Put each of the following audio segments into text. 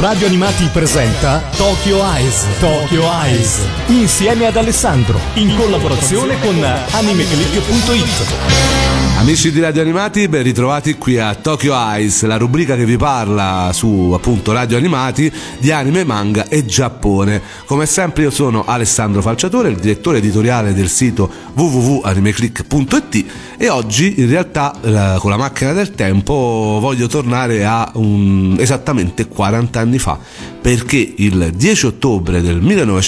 Radio Animati presenta Tokyo Eyes. Tokyo Eyes. Insieme ad Alessandro, in collaborazione con animeclick.it. Amici di Radio Animati, ben ritrovati qui a Tokyo Eyes, la rubrica che vi parla su appunto Radio Animati di anime, manga e Giappone. Come sempre io sono Alessandro Falciatore, il direttore editoriale del sito www.animeclick.it, e oggi in realtà con la macchina del tempo voglio tornare a esattamente 40 anni fa, perché il 10 ottobre del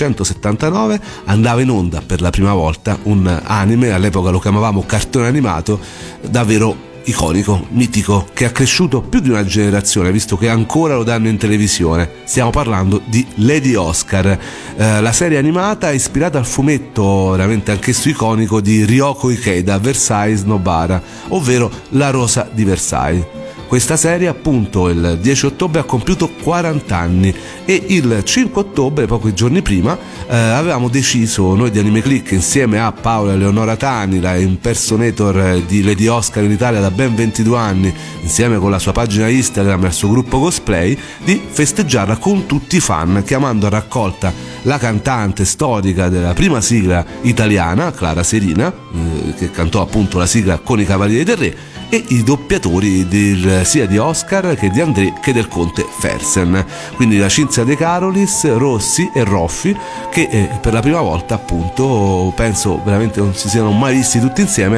1979 andava in onda per la prima volta un anime, all'epoca lo chiamavamo cartone animato, davvero iconico, mitico, che ha cresciuto più di una generazione, visto che ancora lo danno in televisione. Stiamo parlando di Lady Oscar, la serie animata ispirata al fumetto, veramente anch'esso iconico, di Ryoko Ikeda, Versailles Nobara, ovvero La Rosa di Versailles. Questa serie appunto il 10 ottobre ha compiuto 40 anni e il 5 ottobre, pochi giorni prima, avevamo deciso noi di Anime Click, insieme a Paola Eleonora Tani, la impersonator di Lady Oscar in Italia da ben 22 anni, insieme con la sua pagina Instagram e il suo gruppo cosplay, di festeggiarla con tutti i fan, chiamando a raccolta la cantante storica della prima sigla italiana, Clara Serina, che cantò appunto la sigla con i Cavalieri del Re, e i doppiatori sia di Oscar che di André che del conte Fersen, quindi la Cinzia De Carolis, Rossi e Roffi, che per la prima volta appunto, penso veramente non si siano mai visti tutti insieme,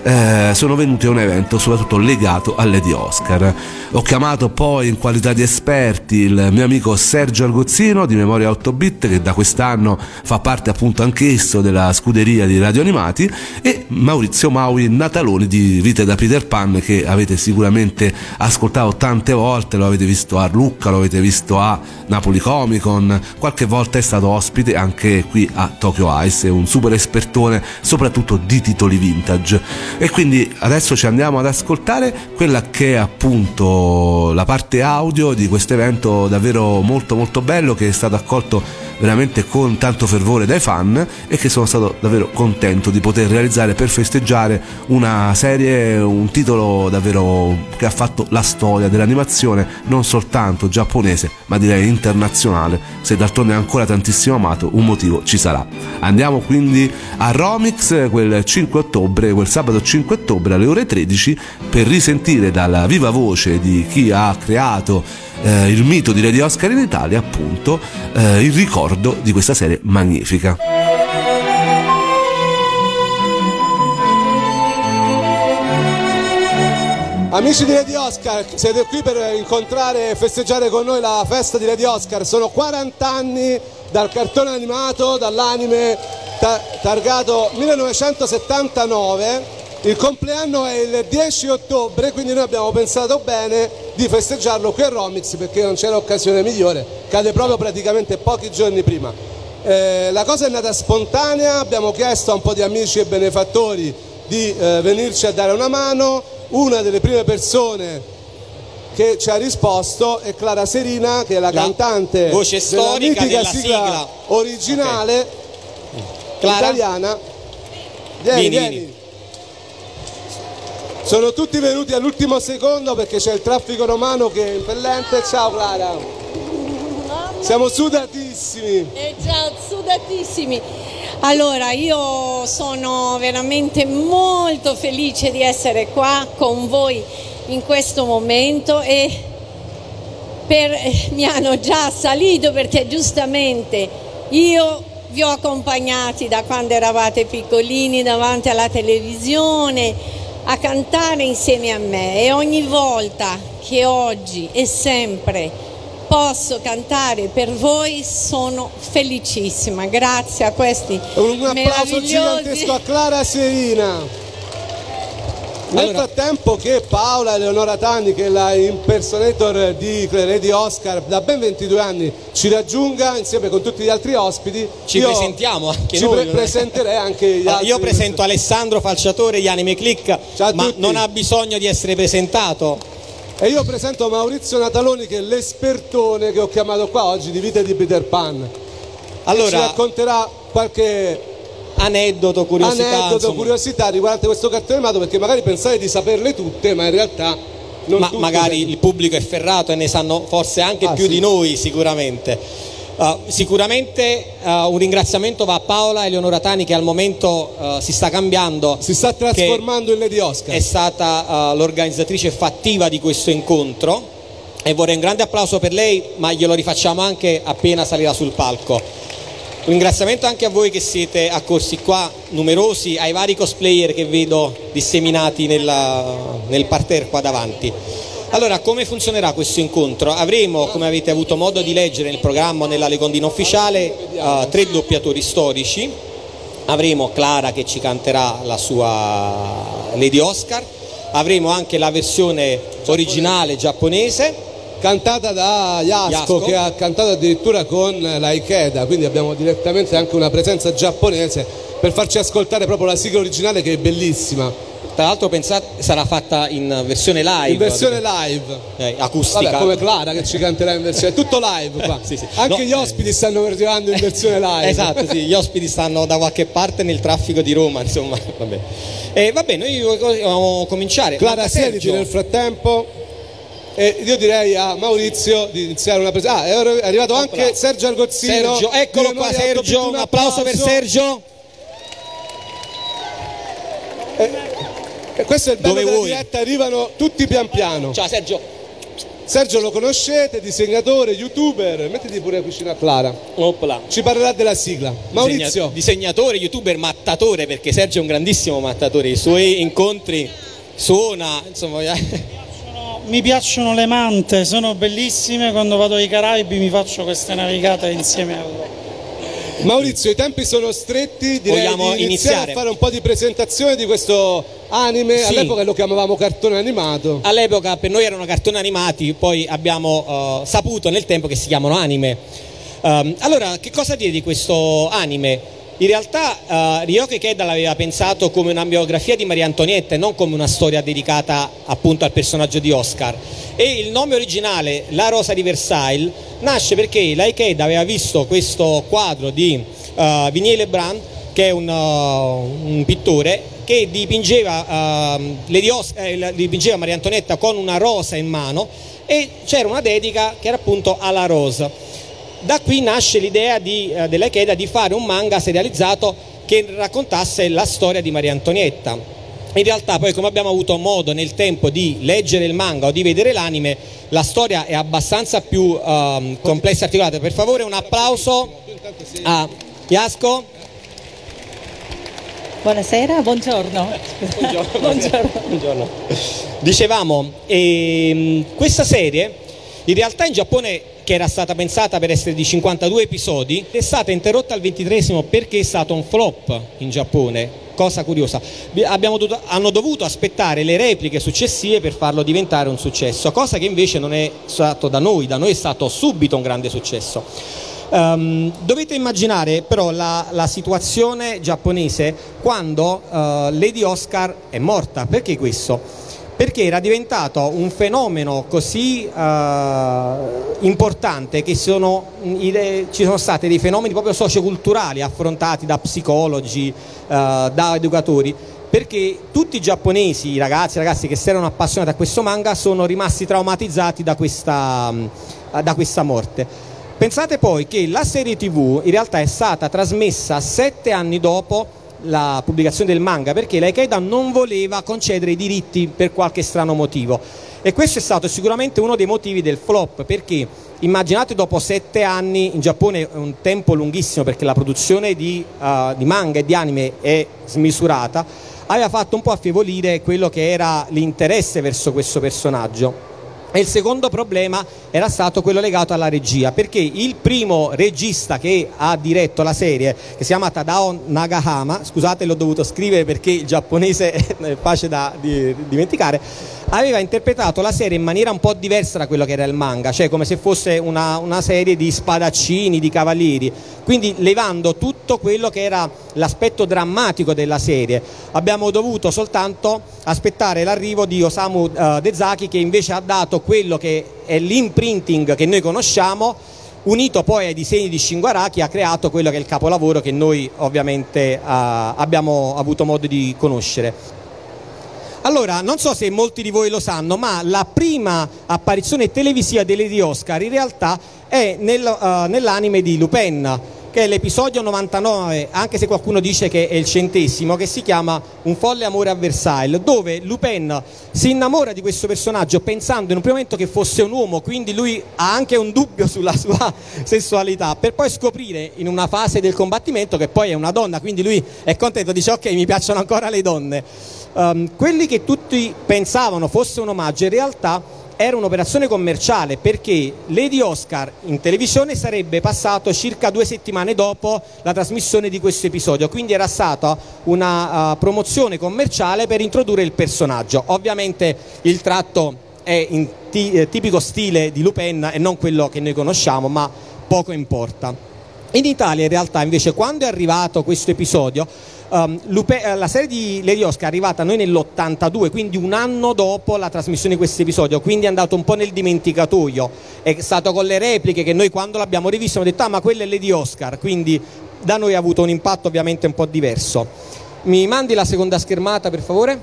sono venuti a un evento soprattutto legato a Lady Oscar. Ho chiamato poi in qualità di esperti il mio amico Sergio Argozzino di Memoria 8-bit, che da quest'anno fa parte appunto anch'esso della scuderia di Radio Animati, e Maurizio Maui Nataloni di Vite da Peter Pan, che avete sicuramente ascoltato tante volte, lo avete visto a Lucca, lo avete visto a Napoli Comic Con, qualche volta è stato ospite anche qui a Tokyo Eyes, è un super espertone soprattutto di titoli vintage. E quindi adesso ci andiamo ad ascoltare quella che è appunto la parte audio di questo evento davvero molto molto bello, che è stato accolto veramente con tanto fervore dai fan e che sono stato davvero contento di poter realizzare per festeggiare una serie, un titolo davvero che ha fatto la storia dell'animazione non soltanto giapponese ma direi internazionale. Se d'altronde è ancora tantissimo amato, un motivo ci sarà. Andiamo quindi a Romix quel 5 ottobre, quel sabato 5 ottobre alle ore 13, per risentire dalla viva voce di chi ha creato il mito di Lady Oscar in Italia appunto il ricordo di questa serie magnifica. Amici di Lady Oscar, siete qui per incontrare e festeggiare con noi la festa di Lady Oscar. Sono 40 anni dal cartone animato, dall'anime targato 1979. Il compleanno è il 10 ottobre, quindi noi abbiamo pensato bene di festeggiarlo qui a Romix, perché non c'è l'occasione migliore, cade proprio praticamente pochi giorni prima. La cosa è nata spontanea, abbiamo chiesto a un po' di amici e benefattori di venirci a dare una mano. Una delle prime persone che ci ha risposto è Clara Serina, che è la cantante voce storica della della sigla originale italiana. Vieni. Sono tutti venuti all'ultimo secondo perché c'è il traffico romano che è impellente. Ciao Clara. Siamo sudatissimi. Ciao, sudatissimi. Allora, io sono veramente molto felice di essere qua con voi in questo momento e mi hanno già assalito perché giustamente io vi ho accompagnati da quando eravate piccolini davanti alla televisione a cantare insieme a me, e ogni volta che oggi e sempre posso cantare per voi sono felicissima. Grazie a questi un applauso gigantesco a Clara Serina. Nel frattempo che Paola Eleonora Tani, che è la impersonator di Lady Oscar da ben 22 anni, ci raggiunga insieme con tutti gli altri ospiti, presentiamo anche noi. Presenterei anche gli altri. Io presento Alessandro Falciatore di Anime Click, ma non ha bisogno di essere presentato. E io presento Maurizio Nataloni, che è l'espertone che ho chiamato qua oggi di Vite di Peter Pan. Allora, ci racconterà qualche curiosità riguardante questo cartone animato, perché magari pensate di saperle tutte, ma in realtà ma magari il pubblico è ferrato e ne sanno forse anche più di noi sicuramente. Sicuramente un ringraziamento va a Paola Eleonora Tani, che al momento si sta cambiando, si sta trasformando in Lady Oscar, è stata l'organizzatrice fattiva di questo incontro, e vorrei un grande applauso per lei, ma glielo rifacciamo anche appena salirà sul palco. Un ringraziamento anche a voi che siete accorsi qua, numerosi, ai vari cosplayer che vedo disseminati nel parterre qua davanti. Allora, come funzionerà questo incontro? Avremo, come avete avuto modo di leggere nel programma, nella Legondina ufficiale, 3 doppiatori storici. Avremo Clara che ci canterà la sua Lady Oscar, avremo anche la versione originale giapponese, cantata da Yasuko, che ha cantato addirittura con la Ikeda, quindi abbiamo direttamente anche una presenza giapponese per farci ascoltare proprio la sigla originale, che è bellissima. Tra l'altro pensate, sarà fatta in versione live. In versione live. Acustica. Vabbè, come Clara che ci canterà in versione. È tutto live qua. Sì. Anche gli ospiti stanno arrivando in versione live. Esatto, sì, gli ospiti stanno da qualche parte nel traffico di Roma, insomma. Vabbè, noi dobbiamo cominciare. Clara, siediti nel frattempo. E io direi a Maurizio di iniziare una presentazione. È arrivato anche Sergio Argozzino. Sergio, eccolo qua Sergio, un applauso per Sergio. E questo è il bello della diretta, arrivano tutti pian piano. Ciao Sergio. Sergio lo conoscete, disegnatore, youtuber, mettiti pure vicino a Clara. Opla. Ci parlerà della sigla. Maurizio. Disegnatore, youtuber, mattatore, perché Sergio è un grandissimo mattatore, i suoi incontri suona, insomma. Mi piacciono le mante, sono bellissime, quando vado ai Caraibi mi faccio queste navigate insieme a loro. Maurizio, i tempi sono stretti, direi vogliamo di iniziare a fare un po' di presentazione di questo anime. Sì. All'epoca lo chiamavamo cartone animato. All'epoca per noi erano cartoni animati, poi abbiamo saputo nel tempo che si chiamano anime. Allora, che cosa dire di questo anime? In realtà Ryohei Ikeda l'aveva pensato come una biografia di Maria Antonietta e non come una storia dedicata appunto al personaggio di Oscar. E il nome originale, La Rosa di Versailles, nasce perché la Ikeda aveva visto questo quadro di Vigny Lebrun, che è un pittore che dipingeva Maria Antonietta con una rosa in mano, e c'era una dedica che era appunto alla Rose. Da qui nasce l'idea della Ikeda di fare un manga serializzato che raccontasse la storia di Maria Antonietta. In realtà poi, come abbiamo avuto modo nel tempo di leggere il manga o di vedere l'anime, la storia è abbastanza più complessa e articolata. Per favore un applauso a Yasuko. Buonasera, buongiorno. Buongiorno. Dicevamo, questa serie in realtà in Giappone, che era stata pensata per essere di 52 episodi, è stata interrotta al 23esimo perché è stato un flop in Giappone, cosa curiosa. Hanno dovuto aspettare le repliche successive per farlo diventare un successo, cosa che invece non è stato da noi è stato subito un grande successo. Dovete immaginare però la situazione giapponese quando Lady Oscar è morta. Perché questo? Perché era diventato un fenomeno così importante che ci sono stati dei fenomeni proprio socioculturali affrontati da psicologi, da educatori, perché tutti i giapponesi, i ragazzi che si erano appassionati a questo manga, sono rimasti traumatizzati da questa morte. Pensate poi che la serie TV in realtà è stata trasmessa 7 anni dopo la pubblicazione del manga, perché la Ikeda non voleva concedere i diritti per qualche strano motivo, e questo è stato sicuramente uno dei motivi del flop, perché immaginate, dopo 7 anni, in Giappone è un tempo lunghissimo perché la produzione di manga e di anime è smisurata, aveva fatto un po' affievolire quello che era l'interesse verso questo personaggio. E il secondo problema era stato quello legato alla regia, perché il primo regista che ha diretto la serie, che si chiama Tadao Nagahama, scusate l'ho dovuto scrivere perché il giapponese è facile da dimenticare, aveva interpretato la serie in maniera un po' diversa da quello che era il manga, cioè come se fosse una serie di spadaccini, di cavalieri, quindi levando tutto quello che era l'aspetto drammatico della serie. Abbiamo dovuto soltanto aspettare l'arrivo di Osamu Dezaki, che invece ha dato quello che è l'imprinting che noi conosciamo, unito poi ai disegni di Shingo Araki, ha creato quello che è il capolavoro che noi ovviamente abbiamo avuto modo di conoscere. Allora, non so se molti di voi lo sanno, ma la prima apparizione televisiva di Lady Oscar in realtà è nell'anime di Lupin, che è l'episodio 99, anche se qualcuno dice che è il 100°, che si chiama Un folle amore a Versailles, dove Lupin si innamora di questo personaggio pensando in un primo momento che fosse un uomo, quindi lui ha anche un dubbio sulla sua sessualità, per poi scoprire in una fase del combattimento che poi è una donna, quindi lui è contento, dice ok, mi piacciono ancora le donne. Quelli che tutti pensavano fosse un omaggio in realtà era un'operazione commerciale, perché Lady Oscar in televisione sarebbe passato circa 2 settimane dopo la trasmissione di questo episodio, quindi era stata una promozione commerciale per introdurre il personaggio. Ovviamente il tratto è in tipico stile di Lupin e non quello che noi conosciamo, ma poco importa. In Italia in realtà invece, quando è arrivato questo episodio, la serie di Lady Oscar è arrivata a noi nell'82, quindi un anno dopo la trasmissione di questo episodio, quindi è andato un po' nel dimenticatoio. È stato con le repliche che noi, quando l'abbiamo rivisto, abbiamo detto ma quella è Lady Oscar, quindi da noi ha avuto un impatto ovviamente un po' diverso. Mi mandi la seconda schermata per favore?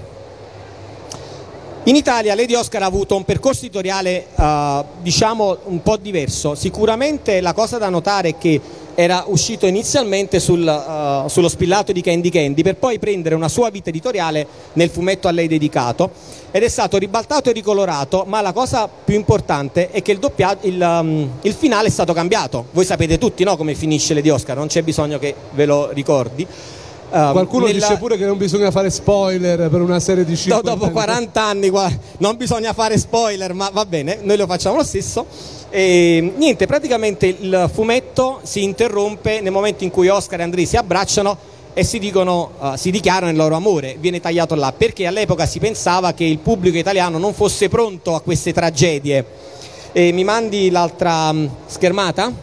In Italia Lady Oscar ha avuto un percorso editoriale diciamo un po' diverso. Sicuramente la cosa da notare è che era uscito inizialmente sullo spillato di Candy Candy, per poi prendere una sua vita editoriale nel fumetto a lei dedicato, ed è stato ribaltato e ricolorato, ma la cosa più importante è che il finale è stato cambiato. Voi sapete tutti, no, come finisce Lady Oscar, non c'è bisogno che ve lo ricordi. Qualcuno dice pure che non bisogna fare spoiler per una serie di 50 dopo 40 anni non bisogna fare spoiler, ma va bene, noi lo facciamo lo stesso. E niente, praticamente il fumetto si interrompe nel momento in cui Oscar e Andrei si abbracciano e si dichiarano il loro amore. Viene tagliato là perché all'epoca si pensava che il pubblico italiano non fosse pronto a queste tragedie. Mi mandi l'altra schermata?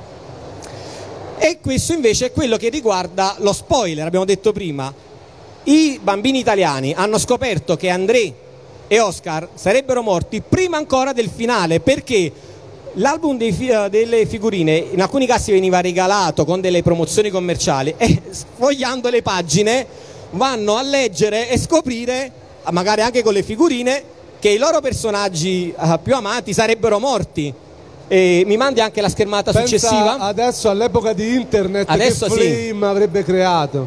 E questo invece è quello che riguarda lo spoiler. Abbiamo detto prima, i bambini italiani hanno scoperto che Andrei e Oscar sarebbero morti prima ancora del finale, perché l'album delle figurine in alcuni casi veniva regalato con delle promozioni commerciali e sfogliando le pagine vanno a leggere e scoprire, magari anche con le figurine, che i loro personaggi più amati sarebbero morti. E mi mandi anche la schermata successiva? Adesso all'epoca di internet, adesso che Flame avrebbe creato.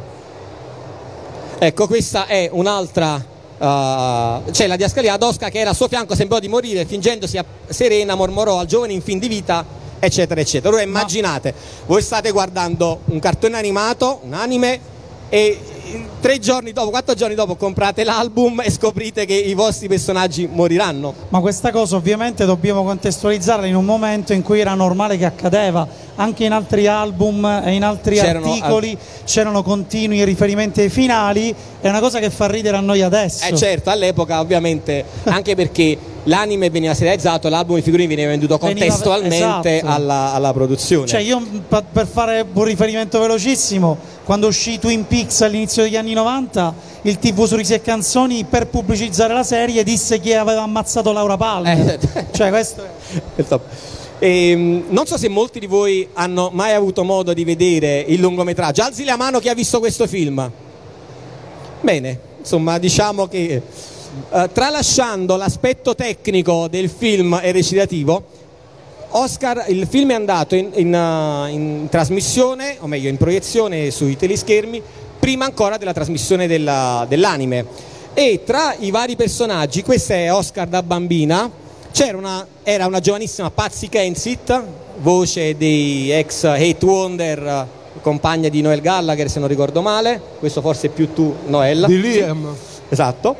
Ecco, questa è un'altra, c'è la diascalia ad Oscar che era al suo fianco, sembrò di morire, fingendosi serena mormorò al giovane in fin di vita, eccetera eccetera. Ora immaginate, voi state guardando un cartone animato, un anime, e 3 giorni dopo, 4 giorni dopo comprate l'album e scoprite che i vostri personaggi moriranno. Ma questa cosa ovviamente dobbiamo contestualizzarla in un momento in cui era normale che accadeva. Anche in altri album e in altri articoli c'erano continui riferimenti ai finali. È una cosa che fa ridere a noi adesso. Certo, all'epoca ovviamente, anche perché l'anime veniva serializzato, l'album di figurine veniva venduto contestualmente esatto, alla produzione. Cioè io, per fare un riferimento velocissimo, quando uscì Twin Peaks all'inizio degli anni 90, il TV Sorrisi e Canzoni, per pubblicizzare la serie, disse chi aveva ammazzato Laura Palmer. Cioè questo è top. Non so se molti di voi hanno mai avuto modo di vedere il lungometraggio. Alzi la mano chi ha visto questo film. Bene, insomma, diciamo che tralasciando l'aspetto tecnico del film e recitativo, Oscar, il film è andato in trasmissione, o meglio in proiezione sui teleschermi, prima ancora della trasmissione dell'anime. E tra i vari personaggi, questa è Oscar da bambina, era una giovanissima Patsy Kensit, voce dei ex Eight Wonder, compagna di Noel Gallagher se non ricordo male, questo forse è più tu, Noel. Di Liam. Sì, esatto.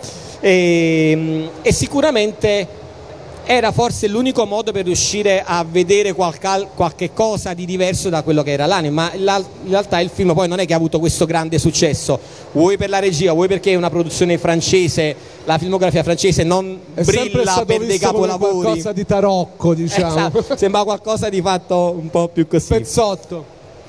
E sicuramente era forse l'unico modo per riuscire a vedere qualche cosa di diverso da quello che era l'anime, ma in realtà il film poi non è che ha avuto questo grande successo, vuoi per la regia, vuoi perché è una produzione francese, la filmografia francese non brilla per dei capolavori, qualcosa di tarocco, diciamo. Esatto, sembra qualcosa di fatto un po' più così, pezzotto.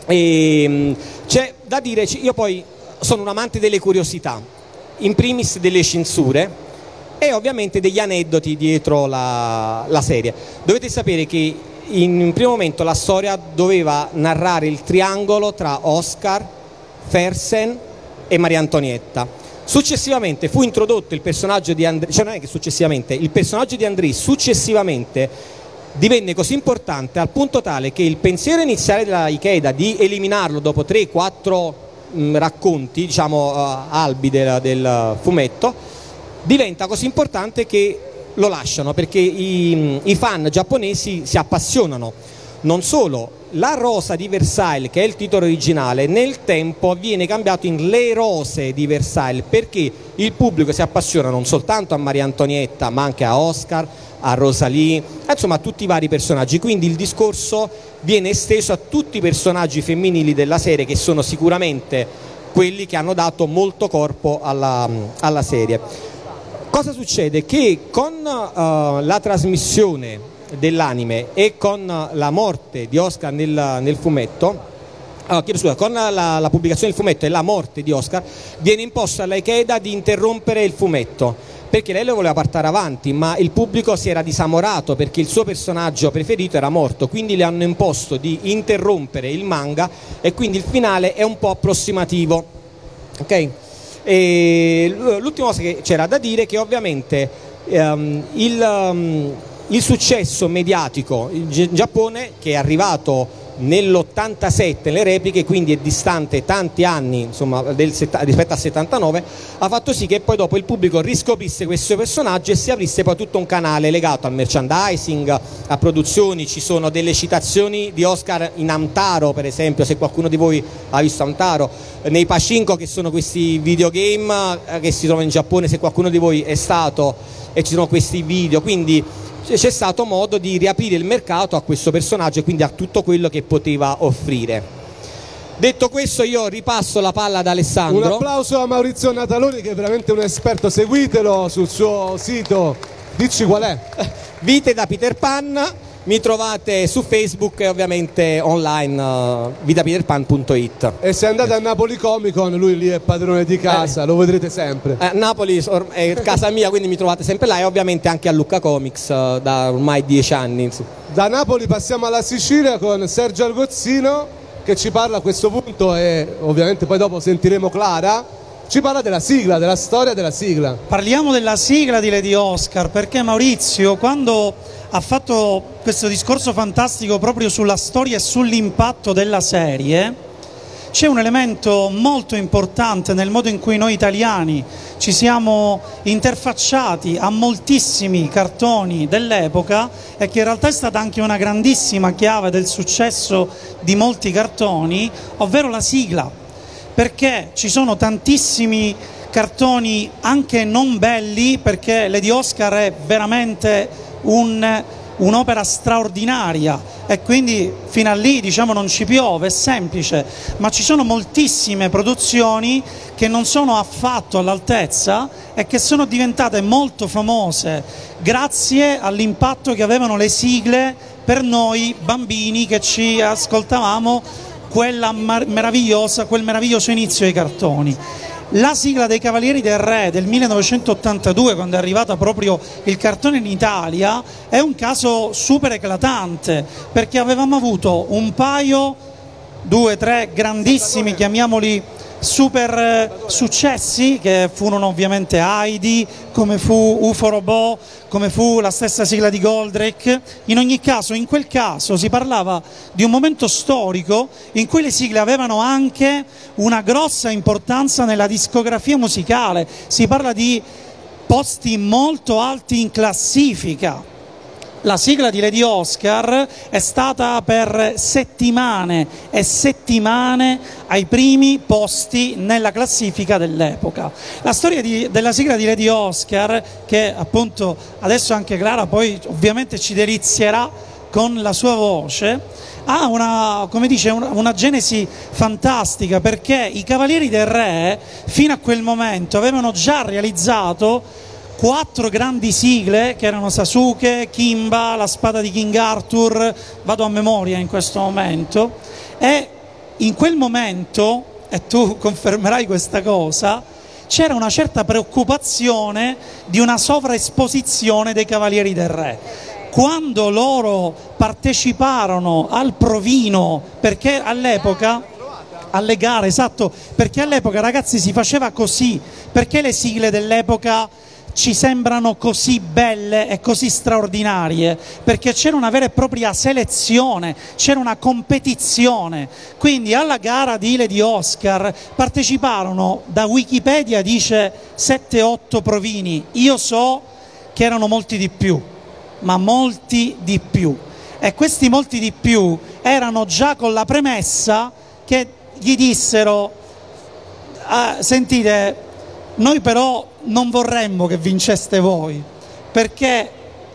E c'è da dire, io poi sono un amante delle curiosità, in primis delle censure e ovviamente degli aneddoti dietro la serie. Dovete sapere che in un primo momento la storia doveva narrare il triangolo tra Oscar, Fersen e Maria Antonietta. Successivamente fu introdotto il personaggio di André, cioè non è che successivamente, il personaggio di André successivamente divenne così importante al punto tale che il pensiero iniziale della Ikeda di eliminarlo dopo 3-4 racconti, diciamo albi del fumetto, diventa così importante che lo lasciano, perché i fan giapponesi si appassionano. Non solo, la rosa di Versailles, che è il titolo originale, nel tempo viene cambiato in Le rose di Versailles, perché il pubblico si appassiona non soltanto a Maria Antonietta, ma anche a Oscar, a Rosalie, insomma a tutti i vari personaggi. Quindi il discorso viene esteso a tutti i personaggi femminili della serie, che sono sicuramente quelli che hanno dato molto corpo alla serie. Cosa succede? Che con la trasmissione dell'anime e con la morte di Oscar nel fumetto, con la pubblicazione del fumetto e la morte di Oscar, viene imposto alla Ikeda di interrompere il fumetto, perché lei lo voleva portare avanti, ma il pubblico si era disamorato perché il suo personaggio preferito era morto, quindi le hanno imposto di interrompere il manga e quindi il finale è un po' approssimativo. Ok? E l'ultima cosa che c'era da dire è che ovviamente il successo mediatico in Giappone, che è arrivato nell'87 le repliche, quindi è distante tanti anni, insomma, rispetto al 79, ha fatto sì che poi dopo il pubblico riscoprisse questo personaggio e si aprisse poi tutto un canale legato al merchandising, a produzioni. Ci sono delle citazioni di Oscar in Amtaro, per esempio, se qualcuno di voi ha visto Amtaro, nei Pachinko, che sono questi videogame che si trovano in Giappone, se qualcuno di voi è stato, e ci sono questi video, quindi c'è stato modo di riaprire il mercato a questo personaggio e quindi a tutto quello che poteva offrire. Detto questo, io ripasso la palla ad Alessandro. Un applauso a Maurizio Nataloni, che è veramente un esperto, seguitelo sul suo sito. Dici qual è? Vite da Peter Pan. Mi trovate su Facebook e ovviamente online vitapeterpan.it. E se andate a Napoli Comic Con, lui lì è padrone di casa, lo vedrete sempre. Napoli è casa mia, quindi mi trovate sempre là, e ovviamente anche a Lucca Comics da ormai 10 anni. Da Napoli passiamo alla Sicilia con Sergio Argozzino, che ci parla a questo punto, e ovviamente poi dopo sentiremo Clara. Ci parla della sigla, della storia della sigla. Parliamo della sigla di Lady Oscar, perché Maurizio, quando ha fatto questo discorso fantastico proprio sulla storia e sull'impatto della serie, c'è un elemento molto importante nel modo in cui noi italiani ci siamo interfacciati a moltissimi cartoni dell'epoca, e che in realtà è stata anche una grandissima chiave del successo di molti cartoni, ovvero la sigla. Perché ci sono tantissimi cartoni anche non belli, perché Lady Oscar è veramente un'opera straordinaria e quindi fino a lì, diciamo, non ci piove, è semplice, ma ci sono moltissime produzioni che non sono affatto all'altezza e che sono diventate molto famose grazie all'impatto che avevano le sigle per noi bambini che ci ascoltavamo quel meraviglioso inizio ai cartoni. La sigla dei Cavalieri del Re del 1982, quando è arrivata proprio il cartone in Italia, è un caso super eclatante, perché avevamo avuto un paio, 2-3 grandissimi, chiamiamoli super successi, che furono ovviamente Heidi, come fu UFO Robot, come fu la stessa sigla di Goldrake. In ogni caso, in quel caso si parlava di un momento storico in cui le sigle avevano anche una grossa importanza nella discografia musicale. Si parla di posti molto alti in classifica. La sigla di Lady Oscar è stata per settimane e settimane ai primi posti nella classifica dell'epoca. La storia della sigla di Lady Oscar, che appunto adesso anche Clara poi ovviamente ci delizierà con la sua voce, ha una genesi fantastica, perché i Cavalieri del Re fino a quel momento avevano già realizzato 4 grandi sigle, che erano Sasuke, Kimba, La spada di King Arthur, vado a memoria in questo momento, e in quel momento, e tu confermerai questa cosa, c'era una certa preoccupazione di una sovraesposizione dei Cavalieri del Re. Quando loro parteciparono al provino, perché all'epoca alle gare, esatto, perché all'epoca, ragazzi, si faceva così. Perché le sigle dell'epoca ci sembrano così belle e così straordinarie? Perché c'era una vera e propria selezione, c'era una competizione. Quindi alla gara di Lady Oscar parteciparono, da Wikipedia dice 7-8 provini, io so che erano molti di più, ma molti di più, e questi molti di più erano già con la premessa che gli dissero: sentite, noi però non vorremmo che vinceste voi, perché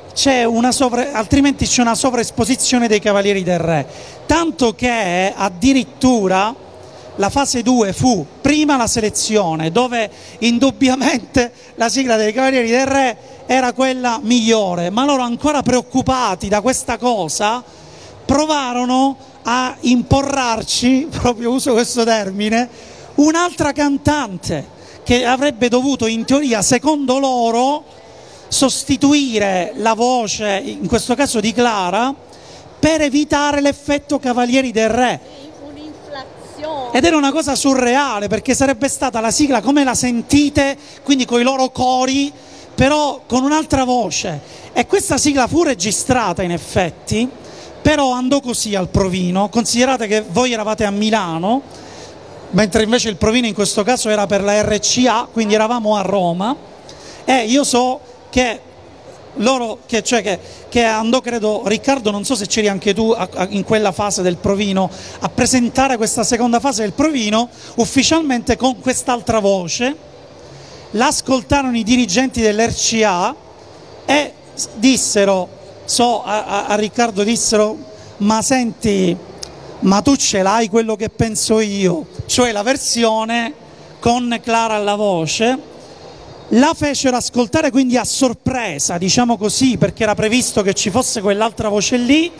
altrimenti c'è una sovraesposizione dei Cavalieri del Re. Tanto che addirittura la fase 2 fu prima la selezione, dove indubbiamente la sigla dei Cavalieri del Re era quella migliore, ma loro, ancora preoccupati da questa cosa, provarono a imporrarci, proprio uso questo termine, un'altra cantante che avrebbe dovuto, in teoria, secondo loro, sostituire la voce, in questo caso di Clara, per evitare l'effetto Cavalieri del Re. Un'inflazione. Ed era una cosa surreale, perché sarebbe stata la sigla come la sentite, quindi con i loro cori, però con un'altra voce. E questa sigla fu registrata, in effetti, però andò così al provino. Considerate che voi eravate a Milano, mentre invece il provino in questo caso era per la RCA, quindi eravamo a Roma, e io so che loro, che andò, credo, Riccardo, non so se c'eri anche tu in quella fase del provino, a presentare questa seconda fase del provino ufficialmente con quest'altra voce. L'ascoltarono i dirigenti dell'RCA e dissero, a Riccardo dissero: ma senti, ma tu ce l'hai quello che penso io, cioè la versione con Clara alla voce. La fecero ascoltare quindi a sorpresa, diciamo così, perché era previsto che ci fosse quell'altra voce lì,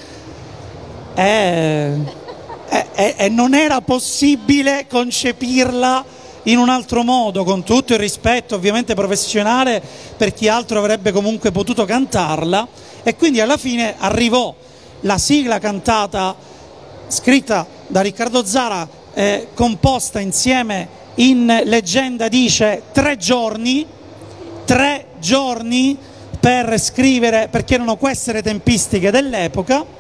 e non era possibile concepirla in un altro modo, con tutto il rispetto ovviamente professionale per chi altro avrebbe comunque potuto cantarla. E quindi alla fine arrivò la sigla cantata, scritta da Riccardo Zara, composta insieme, in leggenda dice 3 giorni per scrivere, perché erano queste le tempistiche dell'epoca.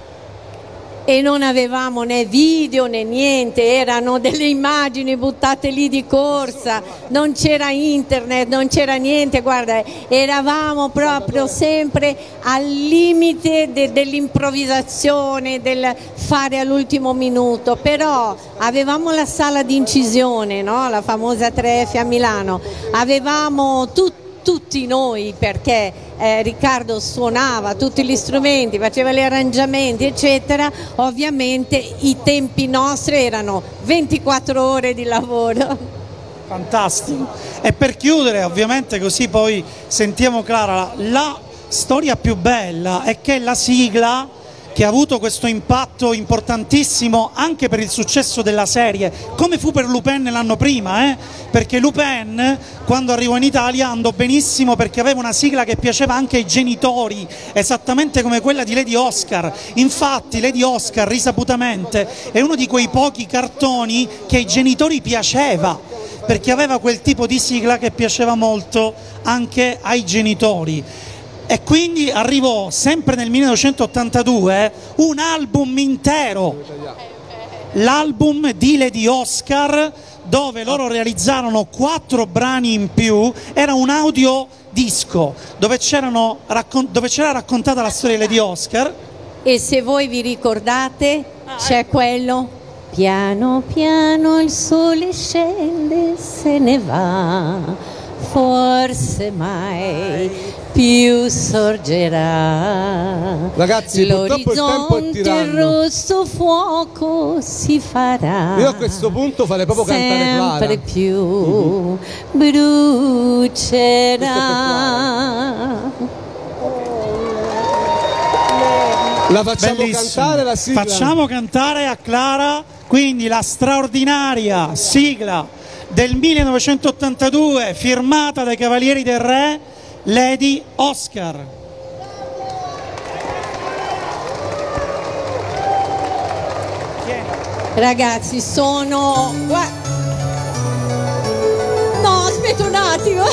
E non avevamo né video né niente, erano delle immagini buttate lì di corsa, non c'era internet, non c'era niente, guarda, eravamo proprio sempre al limite dell'improvvisazione, del fare all'ultimo minuto, però avevamo la sala di incisione, no? La famosa 3F a Milano, avevamo tutti noi, perché Riccardo suonava tutti gli strumenti, faceva gli arrangiamenti eccetera. Ovviamente i tempi nostri erano 24 ore di lavoro. Fantastico. E per chiudere, ovviamente, così poi sentiamo Clara, la storia più bella è che la sigla, che ha avuto questo impatto importantissimo anche per il successo della serie, come fu per Lupin l'anno prima, perché Lupin, quando arrivò in Italia, andò benissimo perché aveva una sigla che piaceva anche ai genitori, esattamente come quella di Lady Oscar. Infatti Lady Oscar, risaputamente, è uno di quei pochi cartoni che ai genitori piaceva, perché aveva quel tipo di sigla che piaceva molto anche ai genitori. E quindi arrivò sempre nel 1982 un album intero, l'album di Lady Oscar, dove loro realizzarono 4 brani in più. Era un audiodisco dove c'era raccontata la storia di Lady Oscar. E se voi vi ricordate, c'è quello: piano piano il sole scende, se ne va, forse mai più sorgerà. Ragazzi, purtroppo il tempo è tiranno. Il rosso fuoco si farà. Io a questo punto farei proprio cantare Clara. Sempre più brucerà. La facciamo Bellissimo. cantare la sigla. Facciamo cantare a Clara quindi la straordinaria sigla del 1982, firmata dai Cavalieri del Re, Lady Oscar. Tieni. Ragazzi, sono... No, aspetta un attimo.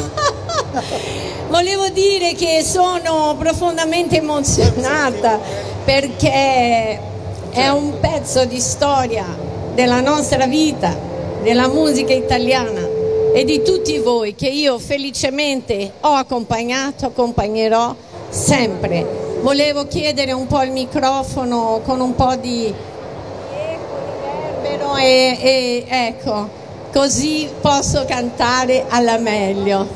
Volevo dire che sono profondamente emozionata perché è un pezzo di storia della nostra vita, della musica italiana e di tutti voi che io felicemente ho accompagnato, accompagnerò sempre. Volevo chiedere un po' il microfono con un po' di reverbero e ecco, così posso cantare alla meglio.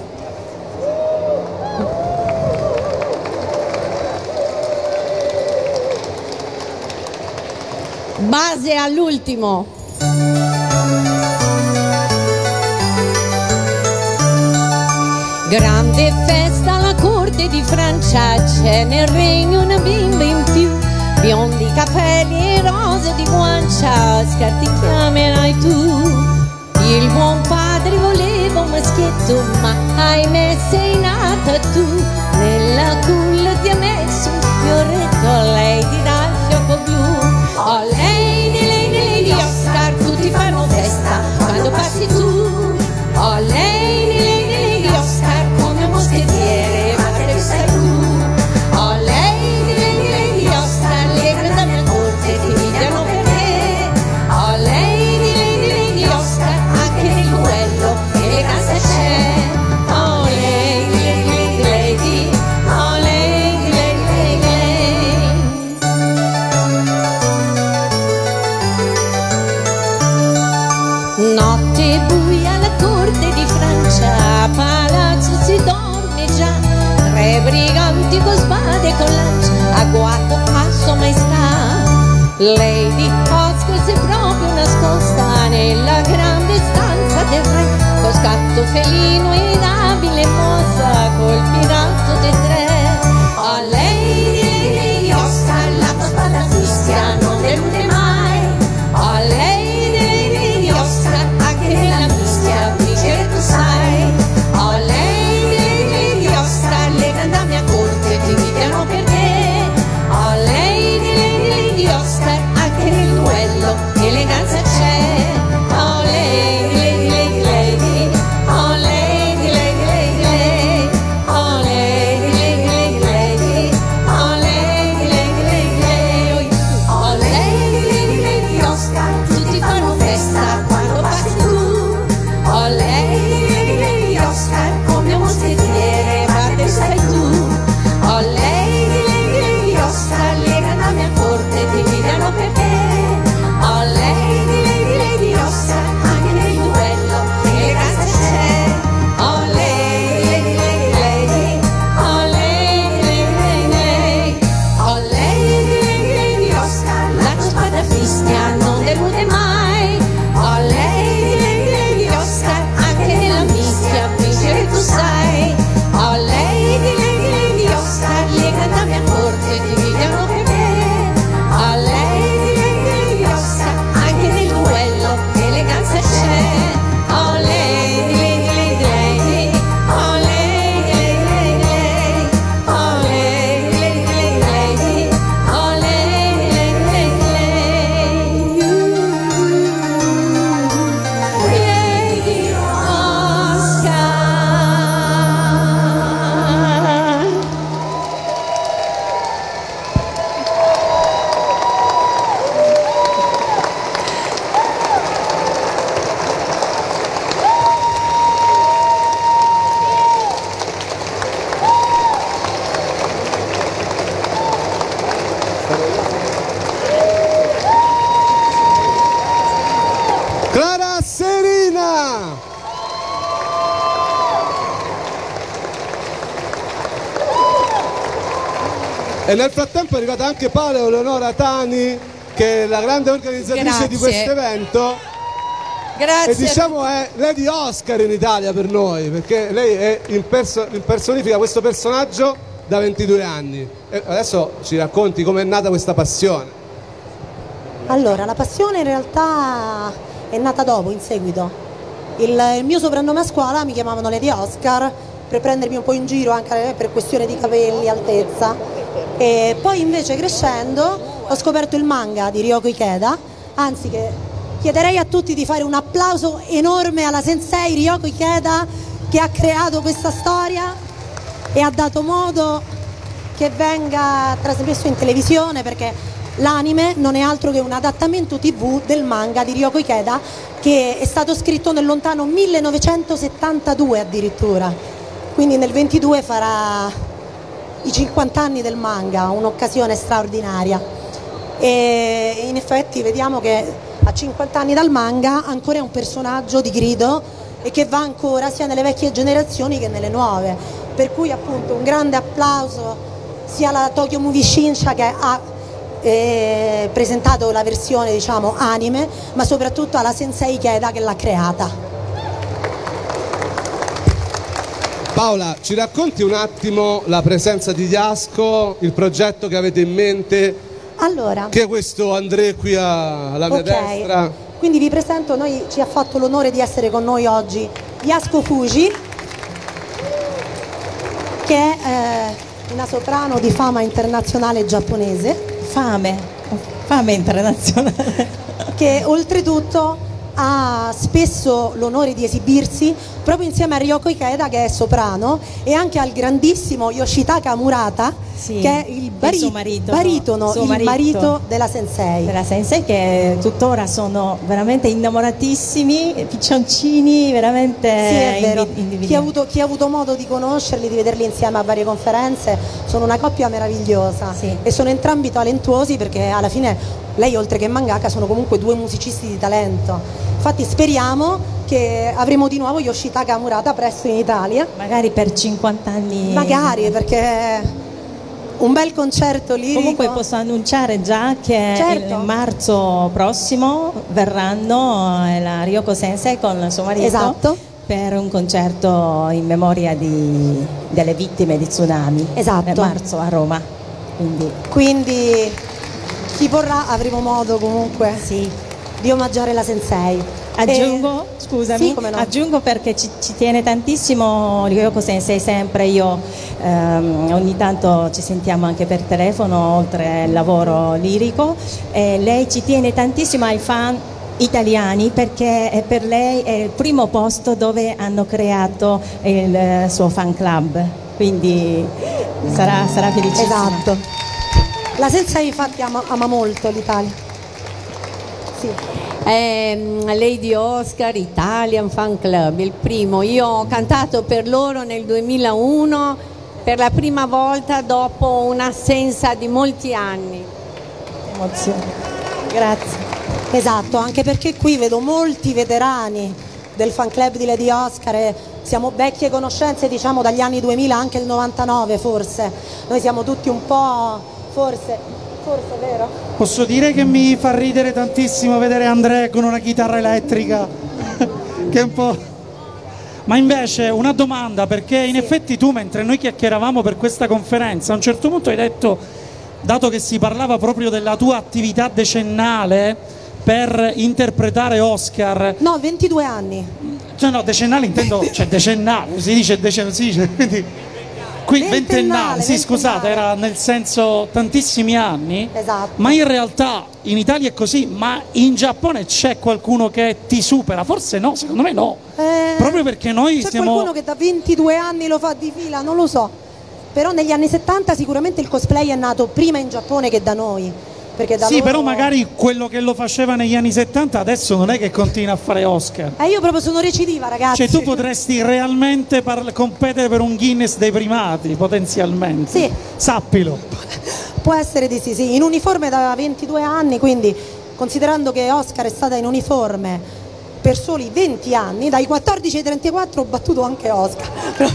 Base all'ultimo. Grande festa alla corte di Francia, c'è nel regno una bimba in più, biondi capelli e rose di guancia, Oscar ti chiamerai tu. Il buon padre voleva un maschietto, ma ahimè sei nata tu, nella culla ti ha messo un fioretto, a lei dirà il fiocco blu. Oh lady Oscar, tutti fanno festa quando passi tu. Oh lady Oscar, come un moschettiere, ma che sei tu. Oh lady Oscar, le grida mia corte ti invidiano per me. Oh lady Oscar, anche nel duello eleganza c'è. Oh lady, oh lady. Notte buia alla corte di Francia, a palazzo si dorme già, tre briganti con spade e con lancia, a guardo passo maestà. Lady Oscar si è proprio nascosta nella grande stanza del re, con scatto felino ed abile mossa, col pirato dei tre. Oh lady Oscar, la tua spada fischia non delude mai. Oh lady Oscar, anche nella mischia vincere tu sai. Oh lady Oscar, le grandi a corte ti invidiano per te. Oh lady Oscar, anche nel duello eleganza c'è. Oh lady, oh lady, oh lady, oh lady, oh lady Oscar, tutti fanno festa quando passi tu. Oh lady Oscar, come un moschettiere, ma sei tu. Oh lady Oscar, le grandi a corte ti invidiano per te. Oh lady Oscar, anche nel duello eleganza c'è. Oh lady, oh lady, oh lady Oscar, la tua spada fischia non delude mai. Oh lady Oscar, anche nella mischia vincere tu sai. Oh lady Oscar, le grandi a corte ti invidiano per me. Oh lady Oscar, anche nel duello eleganza c'è. Oh lady, oh lady, oh lady, oh lady Oscar. Clara Serina! E nel frattempo è arrivata anche Paola Eleonora Tani, che è la grande organizzatrice di questo evento. Grazie. E diciamo è Lady Oscar in Italia per noi, perché lei è impersonifica questo personaggio da 22 anni. E adesso ci racconti com'è nata questa passione. Allora, la passione in realtà è nata dopo, in seguito. Il mio soprannome a scuola mi chiamavano Lady Oscar per prendermi un po' in giro anche per questione di capelli, altezza. E poi invece crescendo ho scoperto il manga di Ryoko Ikeda anzi che chiederei a tutti di fare un applauso enorme alla sensei Ryoko Ikeda, che ha creato questa storia e ha dato modo che venga trasmesso in televisione, perché l'anime non è altro che un adattamento TV del manga di Ryoko Ikeda, che è stato scritto nel lontano 1972 addirittura, quindi nel 22 farà i 50 anni del manga, un'occasione straordinaria. E in effetti vediamo che a 50 anni dal manga ancora è un personaggio di grido e che va ancora sia nelle vecchie generazioni che nelle nuove, per cui appunto un grande applauso sia alla Tokyo Movie Shinsha, che ha presentato la versione diciamo anime, ma soprattutto alla sensei Ikeda che l'ha creata. Paola, ci racconti un attimo la presenza di Yasuko, il progetto che avete in mente? Allora, che è questo André qui alla mia destra? Quindi vi presento, ci ha fatto l'onore di essere con noi oggi Yasuko Fuji, che è una soprano di fama internazionale giapponese. Fame internazionale. Che oltretutto ha spesso l'onore di esibirsi proprio insieme a Ryoko Ikeda, che è soprano, e anche al grandissimo Yoshitaka Murata, sì, che è il marito della sensei. Della sensei, che tuttora sono veramente innamoratissimi, piccioncini, veramente. Sì, è vero. Chi ha avuto modo di conoscerli, di vederli insieme a varie conferenze, sono una coppia meravigliosa, sì. E sono entrambi talentuosi, perché alla fine lei, oltre che mangaka, sono comunque due musicisti di talento. Infatti speriamo che avremo di nuovo Yoshitaka Murata presto in Italia. Magari per 50 anni. Magari, perché un bel concerto lirico. Comunque posso annunciare già che certo, il marzo prossimo verranno la Ryoko Sensei con suo marito, esatto, per un concerto in memoria delle vittime di tsunami. Esatto. Nel marzo a Roma. Quindi chi vorrà avremo modo comunque, sì, di omaggiare la sensei. Aggiungo, scusami, sì, come no, aggiungo perché ci tiene tantissimo Ryoko Sensei, sempre io ogni tanto ci sentiamo anche per telefono oltre al lavoro lirico, e lei ci tiene tantissimo ai fan italiani, perché per lei è il primo posto dove hanno creato il suo fan club, quindi sarà felicissima. Esatto. La sensei infatti ama molto l'Italia. Sì. Lady Oscar Italian Fan Club, il primo. Io ho cantato per loro nel 2001 per la prima volta dopo un'assenza di molti anni. Emozione. Grazie. Esatto, anche perché qui vedo molti veterani del fan club di Lady Oscar e siamo vecchie conoscenze, diciamo dagli anni 2000, anche il 99 forse. Noi siamo tutti un po', forse vero? Posso dire che mi fa ridere tantissimo vedere André con una chitarra elettrica che è un po'. Ma invece una domanda, perché in effetti tu, mentre noi chiacchieravamo per questa conferenza, a un certo punto hai detto, dato che si parlava proprio della tua attività decennale per interpretare Oscar. No, 22 anni. Cioè no, decennale intendo, cioè decennale, si dice quindi qui ventennale, sì, scusate, era nel senso tantissimi anni. Esatto. Ma in realtà in Italia è così, ma in Giappone c'è qualcuno che ti supera? Forse no, secondo me no. Proprio perché noi c'è siamo. Qualcuno che da 22 anni lo fa di fila, non lo so. Però negli anni 70 sicuramente il cosplay è nato prima in Giappone che da noi. Perché da sì, loro. Però magari quello che lo faceva negli anni 70 adesso non è che continua a fare Oscar. Io proprio sono recidiva, ragazzi. Cioè tu potresti realmente competere per un Guinness dei primati, potenzialmente. Sì. Sappilo. Può essere di sì, in uniforme da 22 anni, quindi considerando che Oscar è stata in uniforme per soli 20 anni, dai 14 ai 34 ho battuto anche Oscar.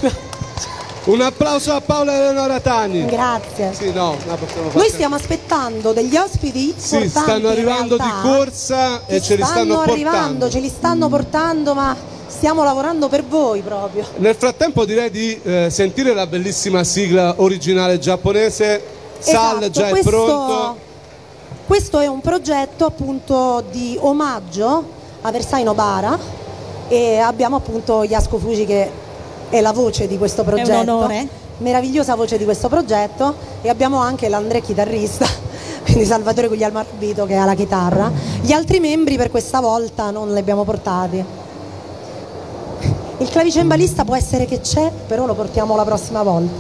Un applauso a Paola Eleonora Tani. Grazie. Sì, no, noi stiamo aspettando degli ospiti importanti. Sì, stanno arrivando di corsa e ce li stanno portando. Ce li stanno portando, ma stiamo lavorando per voi proprio. Nel frattempo direi di sentire la bellissima sigla originale giapponese. Esatto, Sal già è pronto. Questo è un progetto appunto di omaggio a Versailles Nobara e abbiamo appunto Yasuko Fuji che è la voce di questo progetto. È un onore. Meravigliosa voce di questo progetto, e abbiamo anche l'André chitarrista quindi Salvatore Guglielmo Arbito che ha la chitarra. Gli altri membri per questa volta non li abbiamo portati. Il clavicembalista può essere che c'è, però lo portiamo la prossima volta.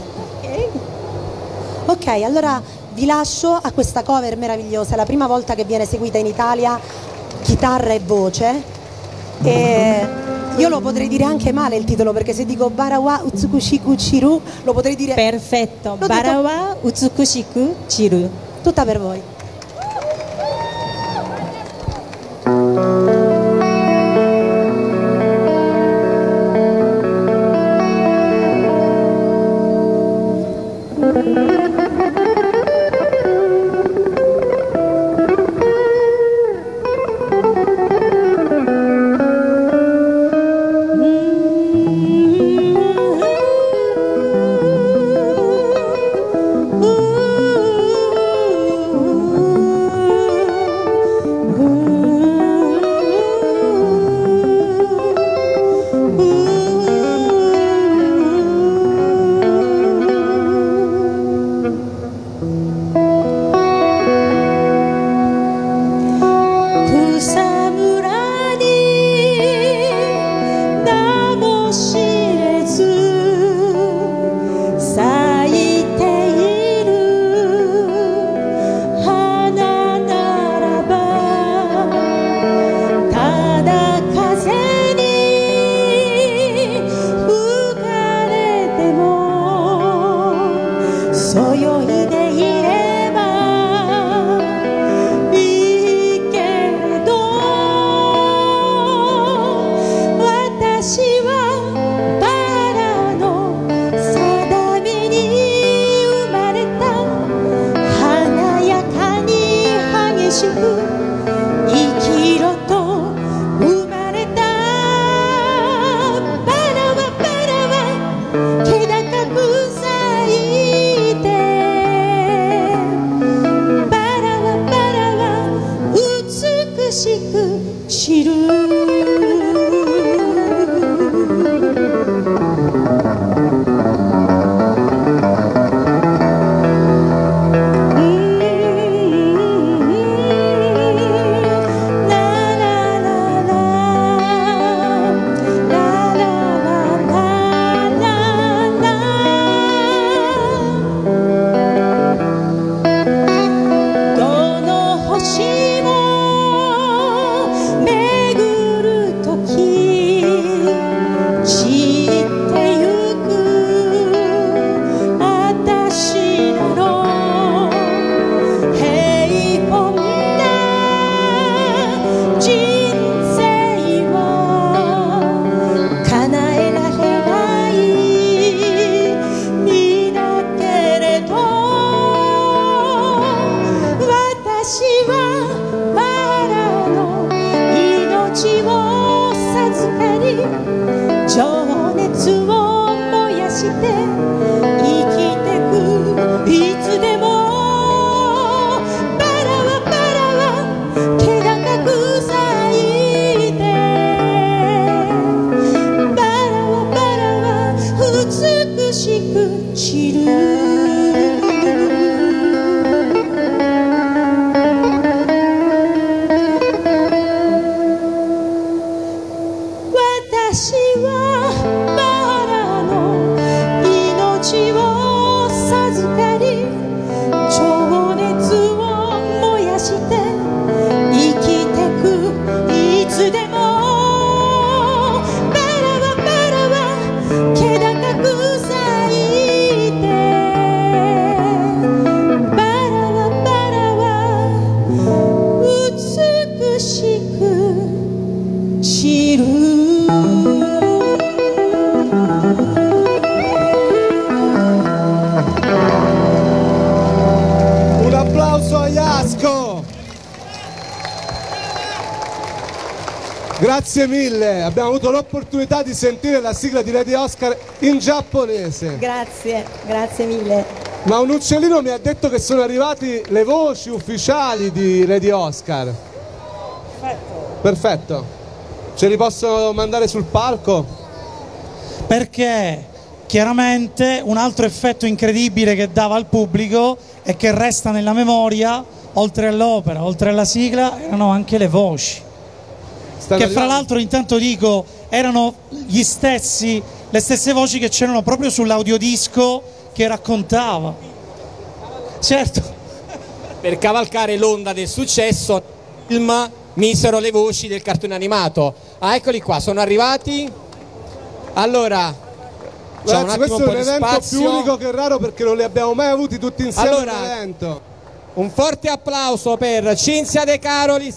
Ok, allora vi lascio a questa cover meravigliosa, è la prima volta che viene eseguita in Italia, chitarra e voce, e io lo potrei dire anche male il titolo, perché se dico Barawa Utsukushiku Chiru lo potrei dire perfetto, Barawa Utsukushiku Chiru, tutta per voi. Grazie mille, abbiamo avuto l'opportunità di sentire la sigla di Lady Oscar in giapponese. Grazie, grazie mille. Ma un uccellino mi ha detto che sono arrivate le voci ufficiali di Lady Oscar. Perfetto. Ce li posso mandare sul palco? Perché chiaramente un altro effetto incredibile che dava al pubblico e che resta nella memoria, oltre all'opera, oltre alla sigla, erano anche le voci. Che fra l'altro, intanto dico, erano le stesse voci che c'erano proprio sull'audiodisco che raccontava. Certo. Per cavalcare l'onda del successo, il film misero le voci del cartone animato. Ah, eccoli qua, sono arrivati. Allora, ragazzi, questo è un evento più unico che raro, perché non li abbiamo mai avuti tutti insieme all'evento. Un forte applauso per Cinzia De Carolis.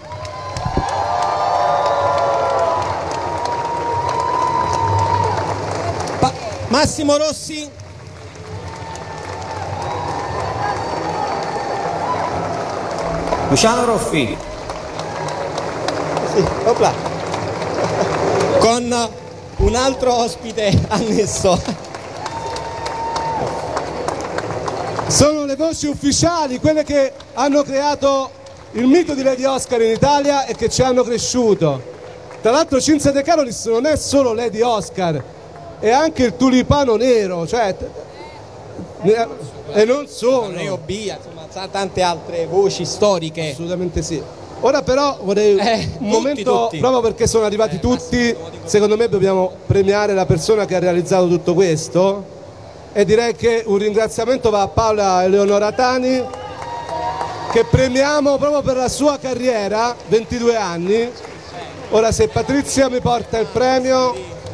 Massimo Rossi. Luciano Roffi. Sì, opla. Con un altro ospite annesso. Sono le voci ufficiali, quelle che hanno creato il mito di Lady Oscar in Italia e che ci hanno cresciuto. Tra l'altro Cinzia De Carolis non è solo Lady Oscar, è anche il tulipano nero, cioè, e non solo. Insomma, tante altre voci storiche. Assolutamente sì. Ora però vorrei un momento, proprio perché sono arrivati tutti, secondo me dobbiamo premiare la persona che ha realizzato tutto questo, e direi che un ringraziamento va a Paola Eleonora Tani, che premiamo proprio per la sua carriera, 22 anni. Ora se Patrizia mi porta il premio,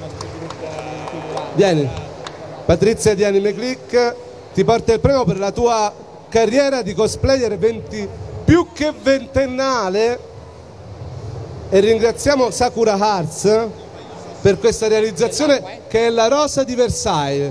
vieni, Patrizia di Anime Click ti porta il premio per la tua carriera di cosplayer più che ventennale, e ringraziamo Sakura Arts per questa realizzazione che è la rosa di Versailles.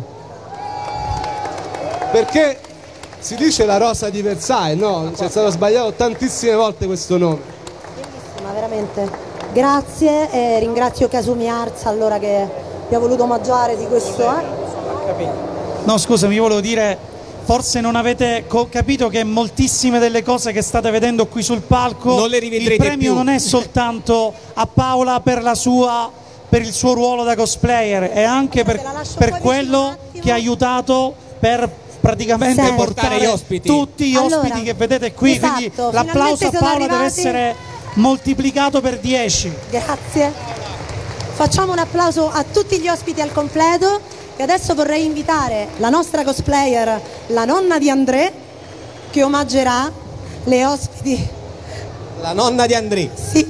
Perché si dice la rosa di Versailles, no? C'è stato sbagliato tantissime volte questo nome. Bellissima, veramente. Grazie, e ringrazio Kasumi Arts allora che mi ha voluto omaggiare di questo. No, scusa, mi volevo dire, forse non avete capito che moltissime delle cose che state vedendo qui sul palco, non le rivedrete il premio più. Non è soltanto a Paola per il suo ruolo da cosplayer, è anche per quello che ha aiutato per praticamente portare gli ospiti. Tutti gli ospiti che vedete qui, esatto, quindi l'applauso a Paola deve essere moltiplicato per 10. Grazie. Facciamo un applauso a tutti gli ospiti al completo, e adesso vorrei invitare la nostra cosplayer, la nonna di André, che omaggerà le ospiti. La nonna di André. Sì.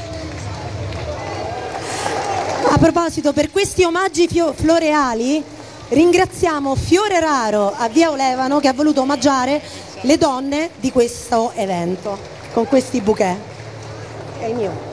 A proposito, per questi omaggi floreali ringraziamo Fiore Raro a Via Olevano, che ha voluto omaggiare le donne di questo evento con questi bouquet. È il mio.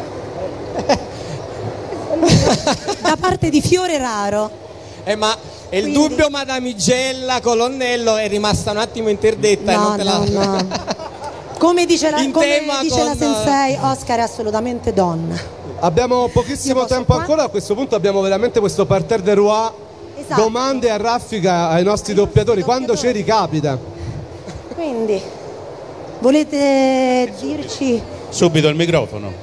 Da parte di Fiore Raro. Ma il dubbio, Madamigella Colonnello, è rimasta un attimo interdetta. No. Come dice la sensei, Oscar è assolutamente donna. Abbiamo pochissimo tempo ancora, a questo punto abbiamo veramente questo parterre de roi. Esatto. Domande a raffica ai nostri doppiatori, quando ci ricapita. Quindi, volete dirci? Subito il microfono.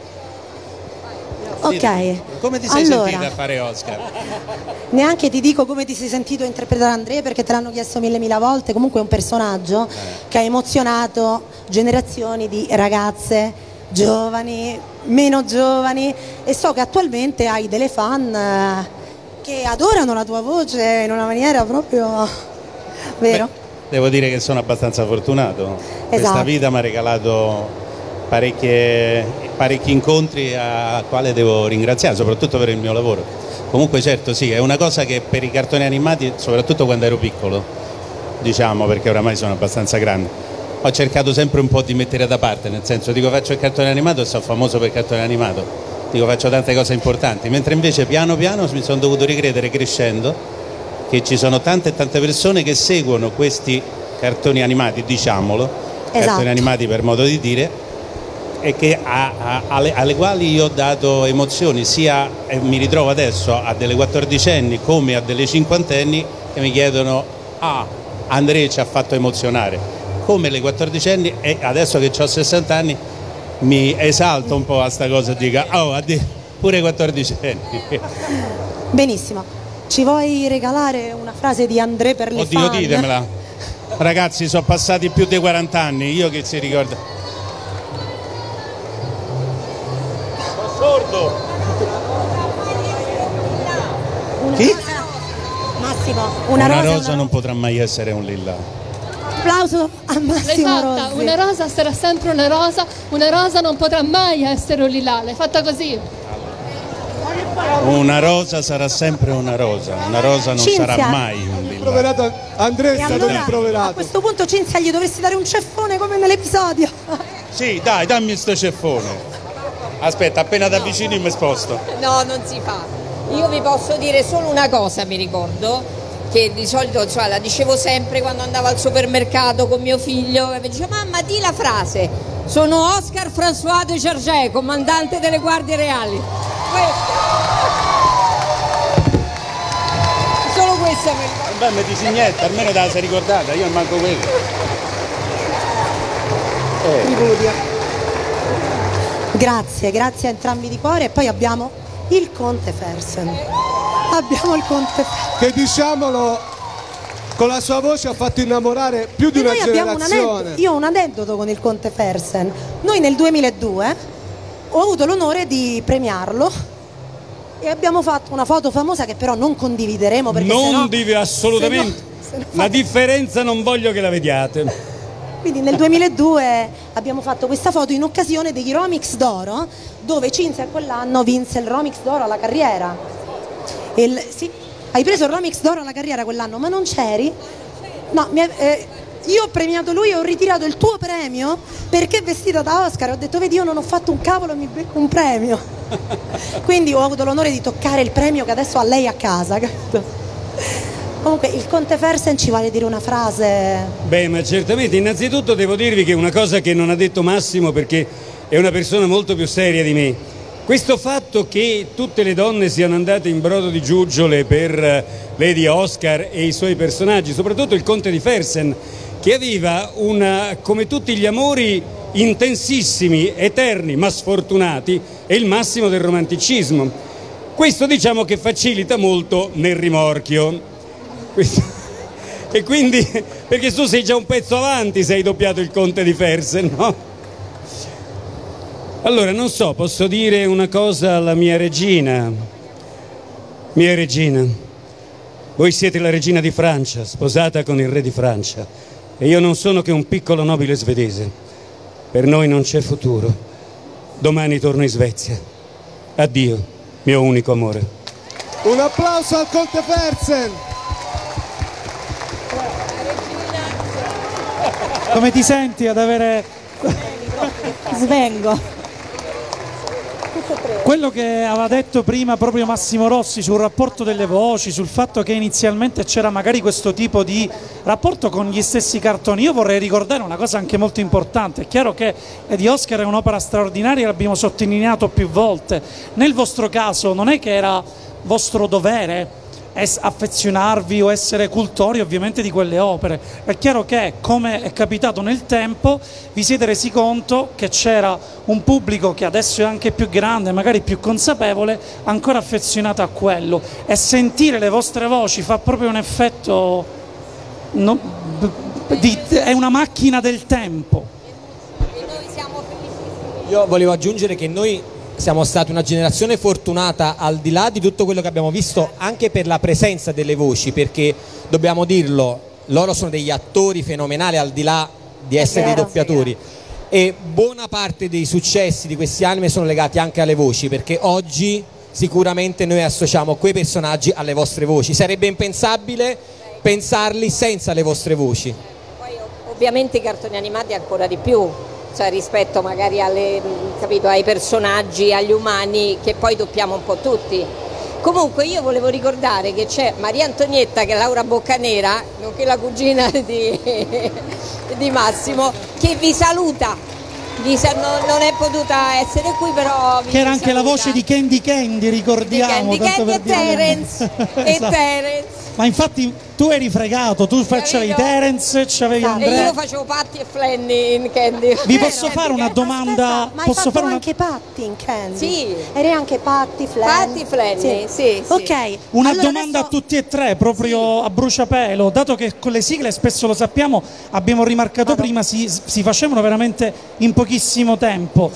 Ok. Come ti sei sentita a fare Oscar? Neanche ti dico come ti sei sentito a interpretare Andrea, perché te l'hanno chiesto mille volte. Comunque è un personaggio che ha emozionato generazioni di ragazze, giovani, meno giovani, e so che attualmente hai delle fan che adorano la tua voce in una maniera proprio, vero? Devo dire che sono abbastanza fortunato. Esatto. Questa vita mi ha regalato parecchi incontri a quale devo ringraziare, soprattutto per il mio lavoro. Comunque certo sì, è una cosa che per i cartoni animati, soprattutto quando ero piccolo, diciamo, perché oramai sono abbastanza grande, ho cercato sempre un po' di mettere da parte, nel senso, dico, faccio il cartone animato e sono famoso per il cartone animato, dico, faccio tante cose importanti, mentre invece piano piano mi sono dovuto ricredere, crescendo, che ci sono tante persone che seguono questi cartoni animati, diciamolo, cartoni animati per modo di dire, e che alle quali io ho dato emozioni, sia, e mi ritrovo adesso, a delle 14enni come a delle 50enni che mi chiedono: Andrea ci ha fatto emozionare, come le 14enni, e adesso che ho 60 anni mi esalto un po' a sta cosa e dico pure 14enni. Benissimo, ci vuoi regalare una frase di Andrea per le fan? Oddio, ditemela. Ragazzi, sono passati più di 40 anni, io che si ricorda. Sono sordo. Chi? Massimo, una rosa non potrà mai essere un lilla. Applauso a Massimo Rossi. Una rosa sarà sempre una rosa non potrà mai essere un lilla. L'hai fatta così. Una rosa sarà sempre una rosa non Cinzia. sarà mai un lilla. Andrea è stato allora, rimproverato. A questo punto Cinzia gli dovresti dare un ceffone come nell'episodio. Sì, dai, dammi sto ceffone. Aspetta, appena ti avvicini mi sposto. No, non si fa. Io vi posso dire solo una cosa, mi ricordo, che di solito la dicevo sempre quando andavo al supermercato con mio figlio e mi diceva: mamma, di la frase, sono Oscar François de Charget, comandante delle Guardie Reali. Solo questa mi ricordo. Beh, mi dici niente, almeno te la sei ricordata, io non manco quello. Grazie a entrambi di cuore. E poi abbiamo il Conte Fersen. Che, diciamolo, con la sua voce ha fatto innamorare più di una generazione. Io ho un aneddoto con il Conte Fersen. Noi nel 2002 ho avuto l'onore di premiarlo e abbiamo fatto una foto famosa che però non condivideremo perché non deve assolutamente. La differenza non voglio che la vediate. Quindi nel 2002 abbiamo fatto questa foto in occasione degli Romix d'Oro, dove Cinzia quell'anno vinse il Romix d'Oro alla carriera. Sì, hai preso il Romix d'Oro alla carriera quell'anno, ma non c'eri? No, io ho premiato lui e ho ritirato il tuo premio perché vestita da Oscar. Ho detto: vedi, io non ho fatto un cavolo e mi becco un premio. Quindi ho avuto l'onore di toccare il premio che adesso ha lei a casa, capito? Comunque il Conte Fersen ci vuole dire una frase. Beh, ma certamente, innanzitutto devo dirvi che una cosa che non ha detto Massimo, perché è una persona molto più seria di me, questo fatto che tutte le donne siano andate in brodo di giuggiole per Lady Oscar e i suoi personaggi, soprattutto il Conte di Fersen, che aveva come tutti gli amori intensissimi, eterni ma sfortunati, è il massimo del romanticismo. Questo diciamo che facilita molto nel rimorchio. E quindi, perché tu sei già un pezzo avanti se hai doppiato il Conte di Fersen, no? Allora, non so, posso dire una cosa alla mia regina. Mia regina, voi siete la regina di Francia, sposata con il re di Francia, e io non sono che un piccolo nobile svedese. Per noi non c'è futuro. Domani torno in Svezia. Addio, mio unico amore. Un applauso al Conte Fersen. Come ti senti ad avere... Svengo. Quello che aveva detto prima proprio Massimo Rossi sul rapporto delle voci, sul fatto che inizialmente c'era magari questo tipo di rapporto con gli stessi cartoni, io vorrei ricordare una cosa anche molto importante. È chiaro che Lady Oscar è un'opera straordinaria, l'abbiamo sottolineato più volte. Nel vostro caso non è che era vostro dovere affezionarvi o essere cultori ovviamente di quelle opere. È chiaro che, come è capitato nel tempo, vi siete resi conto che c'era un pubblico che adesso è anche più grande, magari più consapevole, ancora affezionato a quello, e sentire le vostre voci fa proprio un effetto, è una macchina del tempo. Io volevo aggiungere che noi siamo stati una generazione fortunata, al di là di tutto quello che abbiamo visto, anche per la presenza delle voci, perché dobbiamo dirlo, loro sono degli attori fenomenali al di là di essere dei doppiatori, e buona parte dei successi di questi anime sono legati anche alle voci, perché oggi sicuramente noi associamo quei personaggi alle vostre voci. Sarebbe impensabile pensarli senza le vostre voci. Poi ovviamente i cartoni animati ancora di più, cioè rispetto magari ai personaggi, agli umani che poi doppiamo un po' tutti. Comunque io volevo ricordare che c'è Maria Antonietta, che è Laura Boccanera, nonché la cugina di Massimo, che vi saluta. Non è potuta essere qui, però vi che era anche saluta. La voce di Candy, ricordiamo. Di Candy per e Terence. Esatto. E Terence. Ma infatti tu eri fregato, tu facevi Terence, c'avevi Andrea. E io facevo Patti e Flanny in Candy. Vi posso fare una domanda? Ma hai fatto anche Patti in Candy? Sì. Eri anche Patti, Flanny? Sì. Ok. Una domanda a tutti e tre, proprio a bruciapelo, dato che con le sigle, spesso lo sappiamo, abbiamo rimarcato prima, si facevano veramente in pochissimo tempo.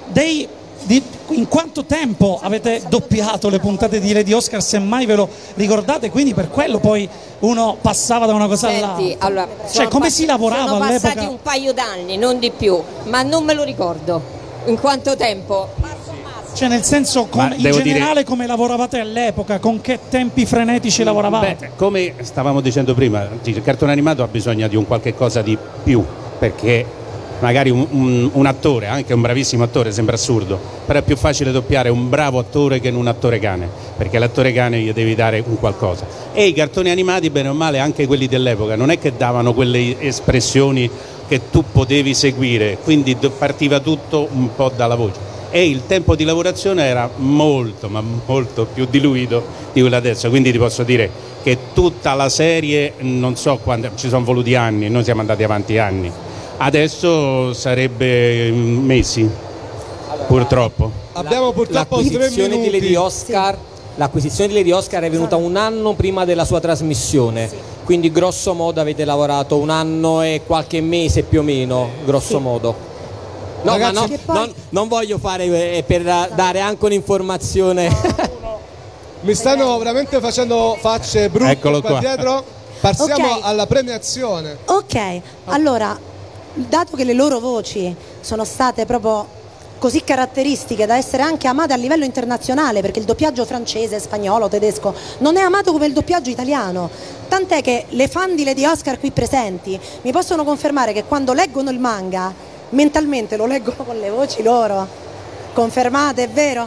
In quanto tempo avete doppiato le puntate di Lady Oscar, se mai ve lo ricordate? Quindi per quello poi uno passava da una cosa all'altra. Allora, come si lavorava all'epoca? Sono passati un paio d'anni, non di più, ma non me lo ricordo. In quanto tempo? Cioè nel senso, in generale come lavoravate all'epoca? Con che tempi frenetici lavoravate? Beh, come stavamo dicendo prima, il cartone animato ha bisogno di un qualche cosa di più, perché magari un attore, anche un bravissimo attore, sembra assurdo, però è più facile doppiare un bravo attore che un attore cane, perché l'attore cane gli devi dare un qualcosa. E i cartoni animati, bene o male, anche quelli dell'epoca, non è che davano quelle espressioni che tu potevi seguire, quindi partiva tutto un po' dalla voce. E il tempo di lavorazione era molto, ma molto più diluito di quello adesso, quindi ti posso dire che tutta la serie, non so quando, ci sono voluti anni, noi siamo andati avanti anni. Adesso sarebbe mesi, purtroppo. Abbiamo purtroppo 3 minuti. L'acquisizione di Lady Oscar è venuta un anno prima della sua trasmissione, quindi grosso modo avete lavorato un anno e qualche mese più o meno, grosso modo. No, ragazzi, ma non voglio fare per dare anche un'informazione. Mi stanno veramente facendo facce brutte qua dietro. Passiamo alla premiazione. Ok, allora, dato che le loro voci sono state proprio così caratteristiche da essere anche amate a livello internazionale, perché il doppiaggio francese, spagnolo, tedesco non è amato come il doppiaggio italiano, tant'è che le fan di Lady Oscar qui presenti mi possono confermare che quando leggono il manga mentalmente lo leggono con le voci loro. Confermate, è vero?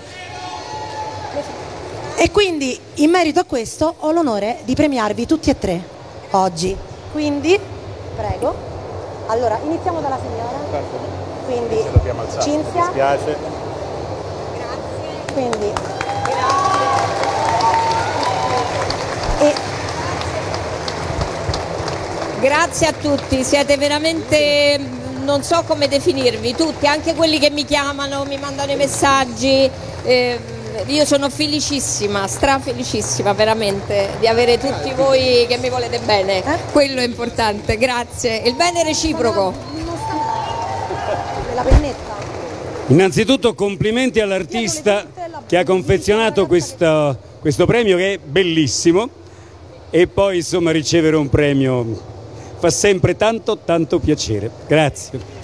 E quindi in merito a questo ho l'onore di premiarvi tutti e tre oggi, quindi prego. Allora iniziamo dalla signora, quindi Cinzia. Mi spiace. Grazie. Quindi grazie a tutti, siete veramente, non so come definirvi, tutti, anche quelli che mi chiamano, mi mandano i messaggi. Io sono felicissima, strafelicissima veramente di avere tutti voi che mi volete bene, quello è importante, grazie. Il bene è reciproco. La pennetta. Innanzitutto complimenti all'artista che ha confezionato questo premio, che è bellissimo, e poi insomma ricevere un premio fa sempre tanto piacere. Grazie.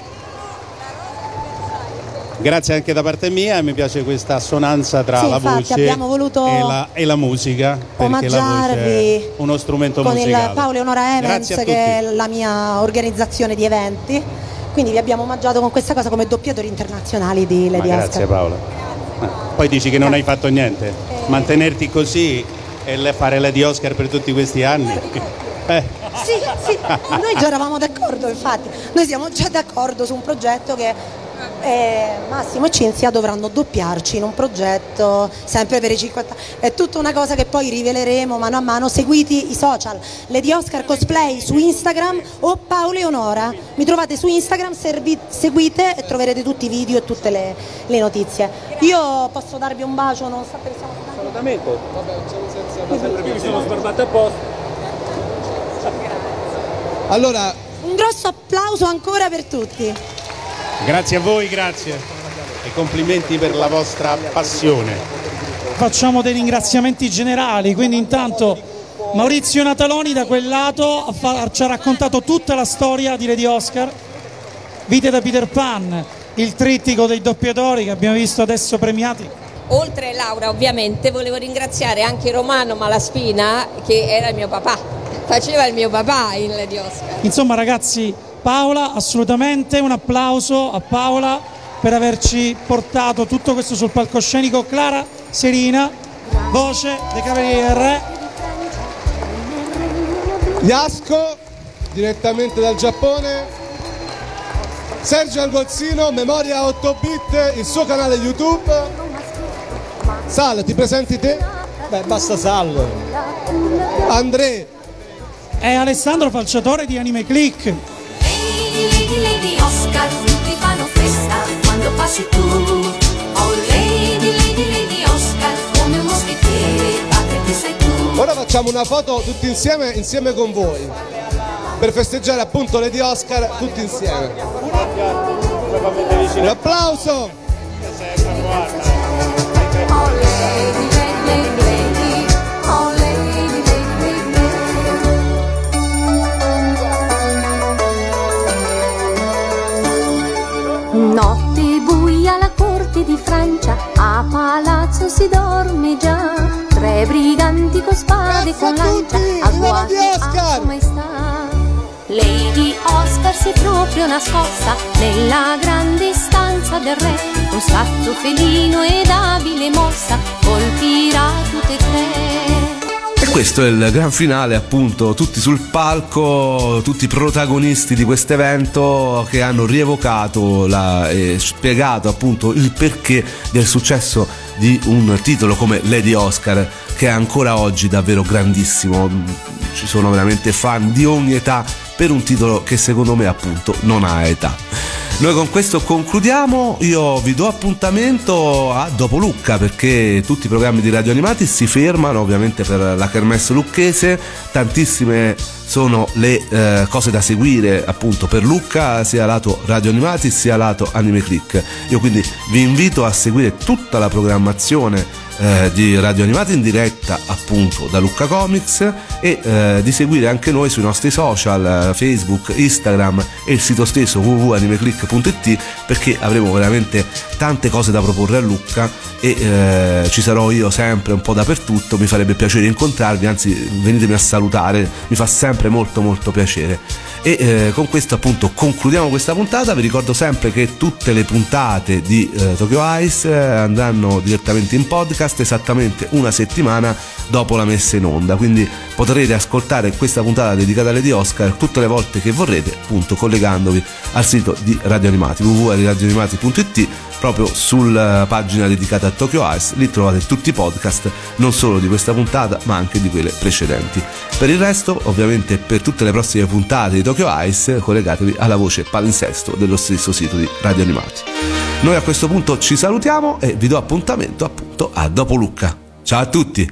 Grazie anche da parte mia, mi piace questa assonanza tra la voce e la musica, perché la voce è uno strumento con musicale. Con il Paolo e Onora Evans, che è la mia organizzazione di eventi, quindi vi abbiamo omaggiato con questa cosa come doppiatori internazionali di Lady Oscar. Grazie Paola. Poi dici che non hai fatto niente, mantenerti così e fare Lady Oscar per tutti questi anni. Sì, noi già eravamo d'accordo, infatti, noi siamo già d'accordo su un progetto che Massimo e Cinzia dovranno doppiarci in un progetto sempre per i 50. È tutta una cosa che poi riveleremo mano a mano. Seguiti i social Lady Oscar Cosplay su Instagram o Paolo e Onora, mi trovate su Instagram, seguite e troverete tutti i video e tutte le notizie. Io posso darvi un bacio, non so perché siamo assolutamente. Vabbè, mi sono sbarbata apposta. Allora, un grosso applauso ancora per tutti. Grazie a voi, grazie, e complimenti per la vostra passione. Facciamo dei ringraziamenti generali, quindi intanto Maurizio Nataloni da quel lato ci ha raccontato tutta la storia di Lady Oscar, Vite da Peter Pan, il trittico dei doppiatori che abbiamo visto adesso premiati. Oltre Laura ovviamente volevo ringraziare anche Romano Malaspina, che era il mio papà, faceva il mio papà in Lady Oscar. Insomma ragazzi, Paola, assolutamente un applauso a Paola per averci portato tutto questo sul palcoscenico. Clara Serina, voce dei Cavalieri del Re. Yasuko, direttamente dal Giappone. Sergio Algozzino, Memoria 8-bit, il suo canale YouTube. Sal, ti presenti te? Beh, basta Sal. André e Alessandro Falciatore di Anime Click. Lady Oscar, tutti fanno festa quando passi tu. Oh Lady Oscar, come un moschettiere, padre che sei tu. Ora facciamo una foto tutti insieme con voi, per festeggiare appunto Lady Oscar tutti insieme. Un applauso! Oh Lady, oh Lady. Notte buia alla corte di Francia, a palazzo si dorme già. 3 briganti con spade e con lancia, a guardi a maestà. Lady Oscar si è proprio nascosta nella grande stanza del re. Un scatto felino ed abile mossa colpirà tutte e 3. E questo è il gran finale, appunto, tutti sul palco, tutti i protagonisti di questo evento che hanno rievocato e spiegato appunto il perché del successo di un titolo come Lady Oscar, che è ancora oggi davvero grandissimo. Ci sono veramente fan di ogni età per un titolo che secondo me appunto non ha età. Noi con questo concludiamo, io vi do appuntamento a dopo Lucca, perché tutti i programmi di Radio Animati si fermano ovviamente per la Kermesse lucchese. Tantissime sono le cose da seguire appunto per Lucca, sia lato Radio Animati sia lato Anime Click. Io quindi vi invito a seguire tutta la programmazione di Radio Animati in diretta appunto da Lucca Comics e di seguire anche noi sui nostri social, Facebook, Instagram e il sito stesso www.animeclick.it, perché avremo veramente tante cose da proporre a Lucca e ci sarò io sempre un po' dappertutto. Mi farebbe piacere incontrarvi, anzi venitemi a salutare, mi fa sempre molto molto piacere. E con questo appunto concludiamo questa puntata. Vi ricordo sempre che tutte le puntate di Tokyo Ice andranno direttamente in podcast esattamente una settimana dopo la messa in onda, quindi potrete ascoltare questa puntata dedicata a Lady Oscar tutte le volte che vorrete, appunto collegandovi al sito di Radio Animati www.radioanimati.it. Proprio sulla pagina dedicata a Tokyo Ice lì trovate tutti i podcast, non solo di questa puntata ma anche di quelle precedenti. Per il resto, ovviamente, per tutte le prossime puntate di Tokyo Ice collegatevi alla voce palinsesto dello stesso sito di Radio Animati. Noi a questo punto ci salutiamo e vi do appuntamento appunto a dopo Lucca. Ciao a tutti!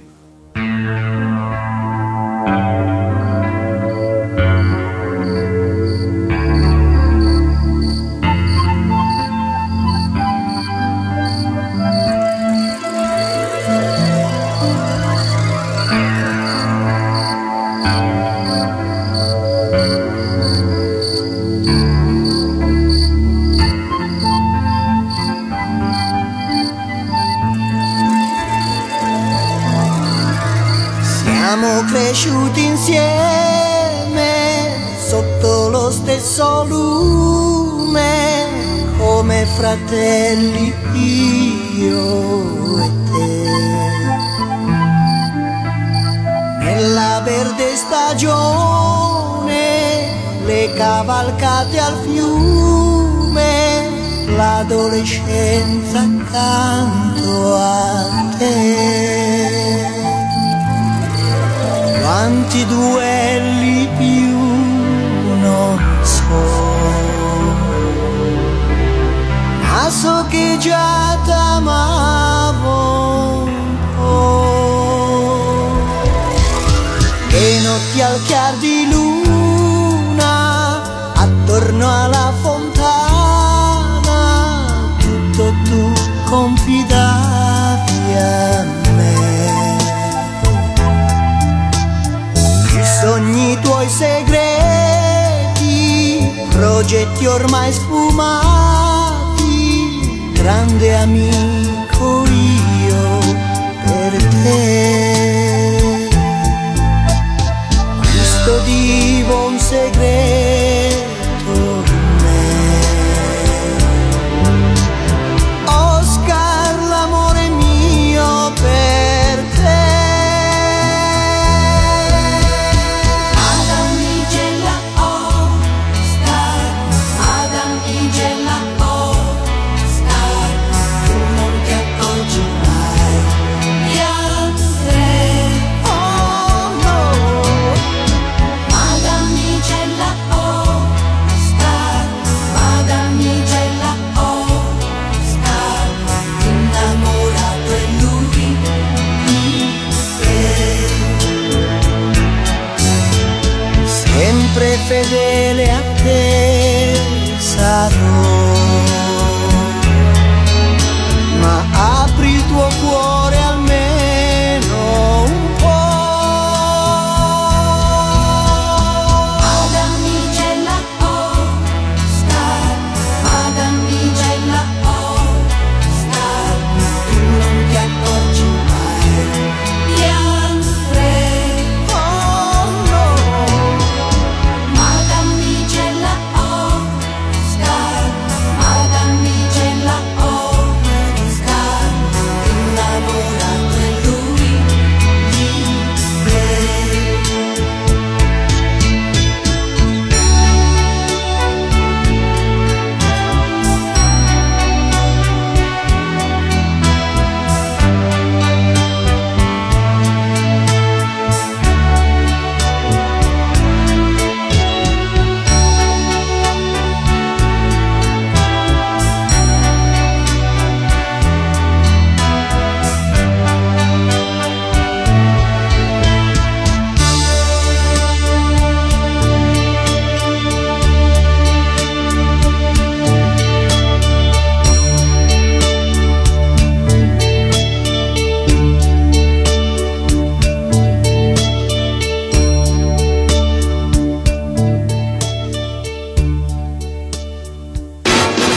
Cresciuti insieme sotto lo stesso lume, come fratelli io e te. Nella verde stagione, le cavalcate al fiume, l'adolescenza accanto a te. Quanti duelli più non so, ma so che già t'amavo un po'. E notti al chiar di luna, attorno alla fontana, tutto tu confidavi a me. Sogni tuoi segreti, progetti ormai sfumati, grande amico io per te. Custodivo un segreto in me. Oscar, l'amore mio per te.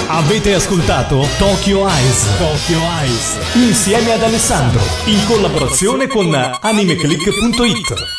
Avete ascoltato Tokyo Eyes. Tokyo Eyes. Insieme ad Alessandro. In collaborazione con animeclick.it.